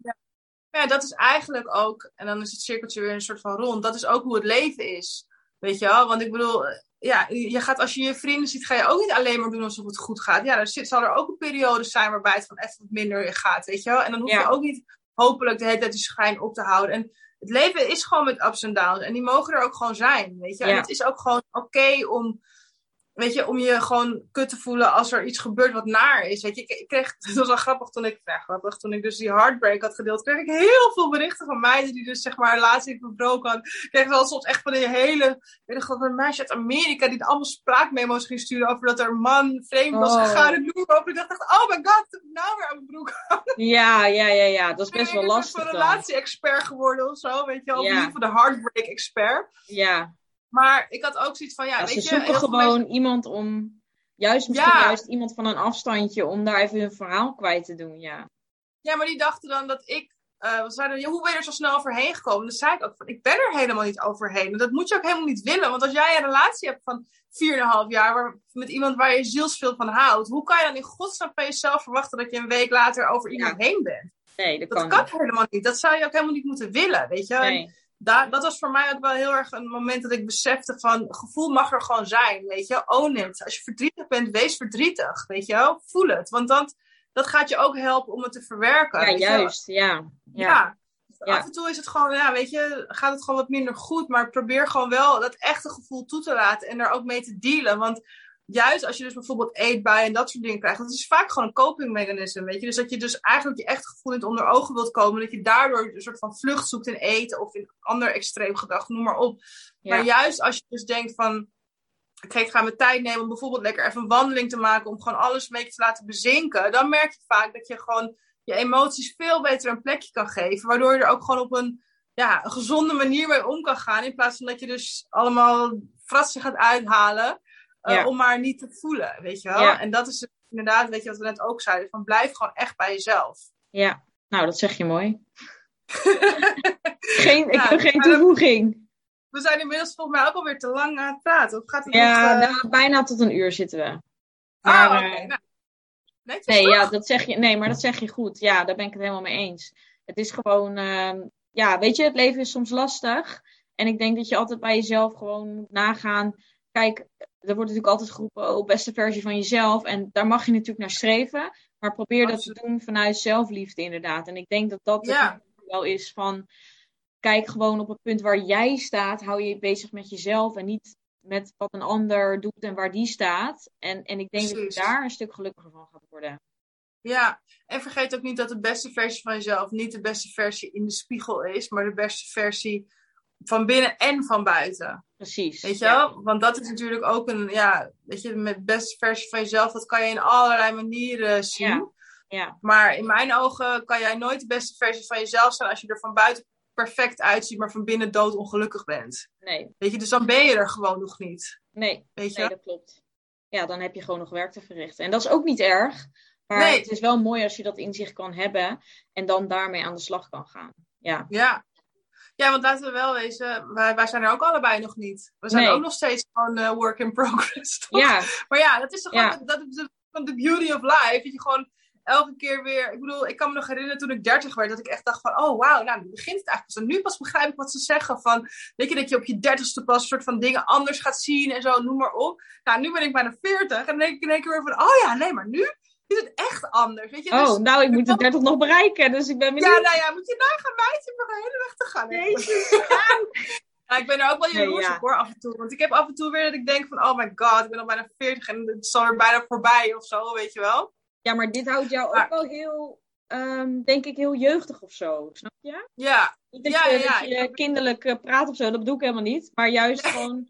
Ja, dat is eigenlijk ook, en dan is het cirkeltje weer een soort van rond, dat is ook hoe het leven is. Weet je wel? Want ik bedoel, ja, je gaat, als je je vrienden ziet, ga je ook niet alleen maar doen alsof het goed gaat. Ja, er zit, zal er ook een periode zijn waarbij het van even wat minder gaat, weet je wel? En dan hoef je ja. ook niet hopelijk de hele tijd die schijn op te houden. En het leven is gewoon met ups en downs. En die mogen er ook gewoon zijn, weet je? Ja. En het is ook gewoon oké okay om weet je, om je gewoon kut te voelen als er iets gebeurt wat naar is. Weet je, ik, ik kreeg, het was wel grappig toen ik, nou, grappig, toen ik dus die heartbreak had gedeeld, kreeg ik heel veel berichten van meiden die dus zeg maar laatst ik verbroken had. Ik kreeg wel soms echt van die hele, weet je, van een meisje uit Amerika die allemaal spraakmemo's ging sturen over dat er man vreemd was Oh. gegaan en noem maar op. Ik dacht echt, oh my god, ik heb nou weer aan mijn broek aan. Ja, ja, ja, ja. Dat is best wel lastig Ik ben dan. een relatie-expert geworden of zo, weet je wel. Of Ja. in ieder geval de heartbreak-expert. Ja. Maar ik had ook zoiets van, ja, Ja, weet ze je. zoeken heel veel gewoon mensen- iemand om... Juist misschien Ja. juist iemand van een afstandje om daar even hun verhaal kwijt te doen, ja. Ja, maar die dachten dan dat ik... Uh, we zeiden, ja, hoe ben je er zo snel overheen gekomen? Dan zei ik ook van, ik ben er helemaal niet overheen. En dat moet je ook helemaal niet willen. Want als jij een relatie hebt van vier en een half jaar... Waar, met iemand waar je zielsveel van houdt... Hoe kan je dan in godsnaam van jezelf verwachten... dat je een week later over Ja. iemand heen bent? Nee, dat, Dat kan kan niet. helemaal niet. Dat zou je ook helemaal niet moeten willen, weet je? En Nee. daar, dat was voor mij ook wel heel erg een moment dat ik besefte van... Gevoel mag er gewoon zijn, weet je? Own it. Als je verdrietig bent, wees verdrietig, weet je wel? Voel het. Want dat, dat gaat je ook helpen om het te verwerken. Ja, weet je wel? juist. Ja. Ja. Ja. Ja. Af en toe is het gewoon, ja, weet je, gaat het gewoon wat minder goed. Maar probeer gewoon wel dat echte gevoel toe te laten en er ook mee te dealen. Want juist als je dus bijvoorbeeld eetbuien en dat soort dingen krijgt, dat is vaak gewoon een copingmechanisme, weet je. Dus dat je dus eigenlijk je echte gevoel niet onder ogen wilt komen. Dat je daardoor een soort van vlucht zoekt in eten of in ander extreem gedrag, noem maar op. Ja. Maar juist als je dus denkt van, oké, ik ga mijn tijd nemen om bijvoorbeeld lekker even een wandeling te maken, om gewoon alles een beetje te laten bezinken. Dan merk je vaak dat je gewoon je emoties veel beter een plekje kan geven. Waardoor je er ook gewoon op een, ja, een gezonde manier mee om kan gaan. In plaats van dat je dus allemaal fratsen gaat uithalen. Uh, Ja. Om maar niet te voelen, weet je wel. Ja. En dat is inderdaad, weet je wat we net ook zeiden. Van blijf gewoon echt bij jezelf. Ja. Nou, dat zeg je mooi. Geen, ik Ja, heb geen maar dat- toevoeging. We zijn inmiddels volgens mij ook alweer te lang aan het praten. Of gaat het Ja, nog... uh... nou, bijna tot een uur zitten we. Ah, Maar, oké. eh, Nou, netjes Nee, toch? ja, dat zeg je, nee, maar dat zeg je goed. Ja, daar ben ik het helemaal mee eens. Het is gewoon, ehm, ja, weet je, het leven is soms lastig. En ik denk dat je altijd bij jezelf gewoon moet nagaan. Kijk, er wordt natuurlijk altijd geroepen, oh, beste versie van jezelf. En daar mag je natuurlijk naar streven. Maar probeer dat Absoluut. te doen vanuit zelfliefde, inderdaad. En ik denk dat dat het Ja. wel is van, kijk gewoon op het punt waar jij staat. Hou je bezig met jezelf en niet met wat een ander doet en waar die staat. En, en ik denk dat Precies. je daar een stuk gelukkiger van gaat worden. Ja, en vergeet ook niet dat de beste versie van jezelf niet de beste versie in de spiegel is, maar de beste versie van binnen en van buiten. Precies. Weet je Ja. wel? Want dat is natuurlijk ook een, ja, weet je, met de beste versie van jezelf, dat kan je in allerlei manieren zien. Ja. Ja. Maar in mijn ogen kan jij nooit de beste versie van jezelf zijn als je er van buiten perfect uitziet, maar van binnen doodongelukkig bent. Nee, Weet je, dus dan ben je er gewoon nog niet. nee, Weet je? nee, dat klopt. Ja, dan heb je gewoon nog werk te verrichten. En dat is ook niet erg. Maar Nee. het is wel mooi als je dat inzicht kan hebben en dan daarmee aan de slag kan gaan. Ja, Ja. Ja, want laten we wel wezen, wij, wij zijn er ook allebei nog niet. We zijn Nee. ook nog steeds gewoon eh, work in progress, toch? ja, Maar ja, dat is toch Ja. gewoon, dat is de, van de beauty of life. Dat je gewoon elke keer weer, ik bedoel, ik kan me nog herinneren toen ik dertig werd, dat ik echt dacht van, oh wauw, nou nu begint het eigenlijk pas. En nu pas begrijp ik wat ze zeggen van, weet je, dat je op je dertigste pas een soort van dingen anders gaat zien en zo, noem maar op. Nou, nu ben ik bijna veertig en dan denk ik in één keer weer van, oh ja, nee, maar nu is het echt anders, weet je. Dus, oh, nou, ik moet de dertig nog bereiken, dus ik ben ja, benieuwd. nou ja, moet je nagaan, meisje, om nog een hele weg te gaan. hè. Jezus. Ja, ik ben er ook wel Nee, jaloers ja. op hoor, af en toe. Want ik heb af en toe weer dat ik denk van, oh my god, ik ben al bijna veertig en het is alweer bijna voorbij of zo, weet je wel. Ja, maar dit houdt jou Maar- ook wel heel, ehm, denk ik, heel jeugdig of zo, snap je? Ja, Niet dat Ja, je, ja, ja. dat je kinderlijk eh, praat of zo, dat bedoel ik helemaal niet. Maar juist gewoon,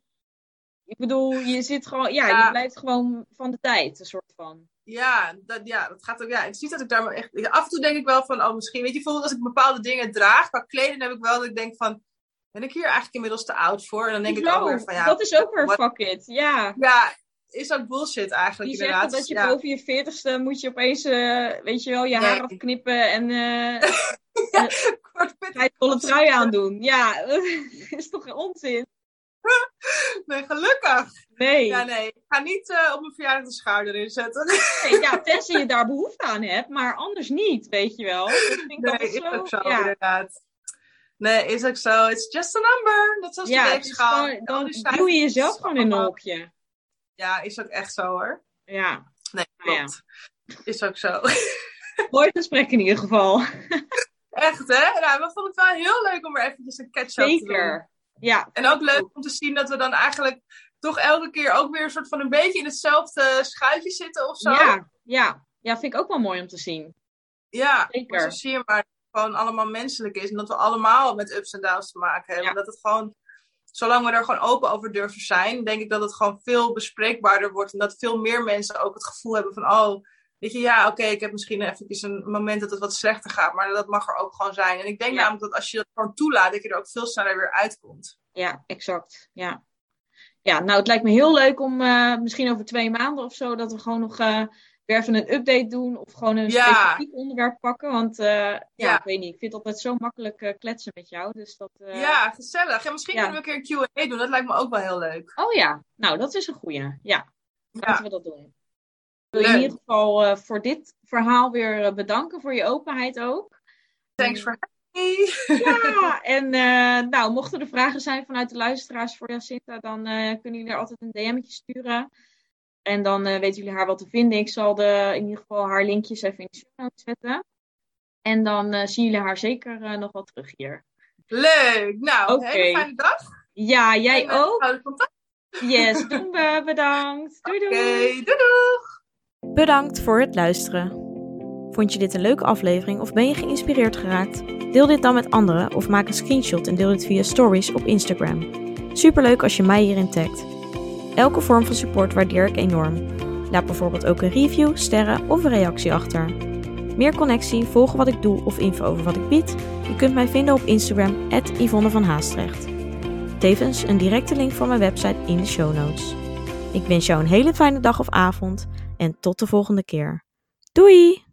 ik bedoel, je zit gewoon, ja, Ja. je blijft gewoon van de tijd, een soort van. ja, dat, ja, dat gaat ook, ja. Het is niet dat ik daar maar echt, af en toe denk ik wel van, oh misschien, weet je, bijvoorbeeld als ik bepaalde dingen draag, qua kleding heb ik wel dat ik denk van, ben ik hier eigenlijk inmiddels te oud voor? En dan denk ik Zo, ook weer van, ja, dat is ook weer wat- fuck it, ja. ja, is ook bullshit eigenlijk Die inderdaad. zeggen dat je ja. boven je veertigste moet je opeens, eh, weet je wel, je haar Nee. afknippen en eh Kort pittig. een volle trui aandoen. Ja, is toch onzin? Nee, gelukkig. Nee. Ja, nee, ik ga niet eh, op mijn verjaardag de schaar erin zetten. Nee, ja, tenzij je daar behoefte aan hebt, maar anders niet, weet je wel. Dat vind ik Nee, altijd is zo. ook zo, ja. inderdaad. Nee, is ook zo. It's just a number. Net zoals Ja, de het is weegschaal. gewoon, Al dan die duw je cijfers jezelf gewoon in een allemaal. hokje. Ja, is ook echt zo hoor. Ja, Nee, Nou ja. klopt. Is ook zo. mooi gesprek in ieder geval. Echt hè? Nou, we vonden het wel heel leuk om er eventjes een catch-up te doen. Zeker. Ja, En ook leuk om te zien dat we dan eigenlijk toch elke keer ook weer een soort van een beetje in hetzelfde schuitje zitten of zo. Ja, ja. ja, vind ik ook wel mooi om te zien. Ja, zeker. Zo zie je maar dat het gewoon allemaal menselijk is. En dat we allemaal met ups en downs te maken hebben. Ja. Dat het gewoon, zolang we er gewoon open over durven zijn, denk ik dat het gewoon veel bespreekbaarder wordt. En dat veel meer mensen ook het gevoel hebben van, oh, weet je, ja, oké, okay, ik heb misschien eventjes een moment dat het wat slechter gaat. Maar dat mag er ook gewoon zijn. En ik denk ja. namelijk dat als je dat gewoon toelaat, dat je er ook veel sneller weer uitkomt. Ja, exact. Ja. Ja, nou, het lijkt me heel leuk om uh, misschien over twee maanden of zo, dat we gewoon nog uh, weer even een update doen. Of gewoon een ja. specifiek onderwerp pakken. Want uh, ja, ja, ik weet niet, ik vind het altijd zo makkelijk uh, kletsen met jou. Dus dat, uh, ja, gezellig. Ja, misschien ja. kunnen we een keer een Q en A doen. Dat lijkt me ook wel heel leuk. Oh ja, nou, dat is een goeie. Ja, laten ja. we dat doen. Ik wil je in ieder geval uh, voor dit verhaal weer uh, bedanken. Voor je openheid ook. Thanks for having me. Ja, en uh, nou, mochten er vragen zijn vanuit de luisteraars voor Jacinta, dan uh, kunnen jullie er altijd een D M'tje sturen. En dan uh, weten jullie haar wat te vinden. Ik zal de, in ieder geval haar linkjes even in de show notes zetten. En dan uh, zien jullie haar zeker uh, nog wel terug hier. Leuk! Nou, okay. Een hele fijne dag. Ja, jij en, ook. Uh, contact. Yes, doen we. Bedankt. Doei doei. Oké, okay, doei doeg! Bedankt voor het luisteren. Vond je dit een leuke aflevering of ben je geïnspireerd geraakt? Deel dit dan met anderen of maak een screenshot en deel dit via stories op Instagram. Superleuk als je mij hierin tagt. Elke vorm van support waardeer ik enorm. Laat bijvoorbeeld ook een review, sterren of een reactie achter. Meer connectie, volgen wat ik doe of info over wat ik bied? Je kunt mij vinden op Instagram at Yvonne van Haastrecht. Tevens een directe link voor mijn website in de show notes. Ik wens jou een hele fijne dag of avond en tot de volgende keer. Doei!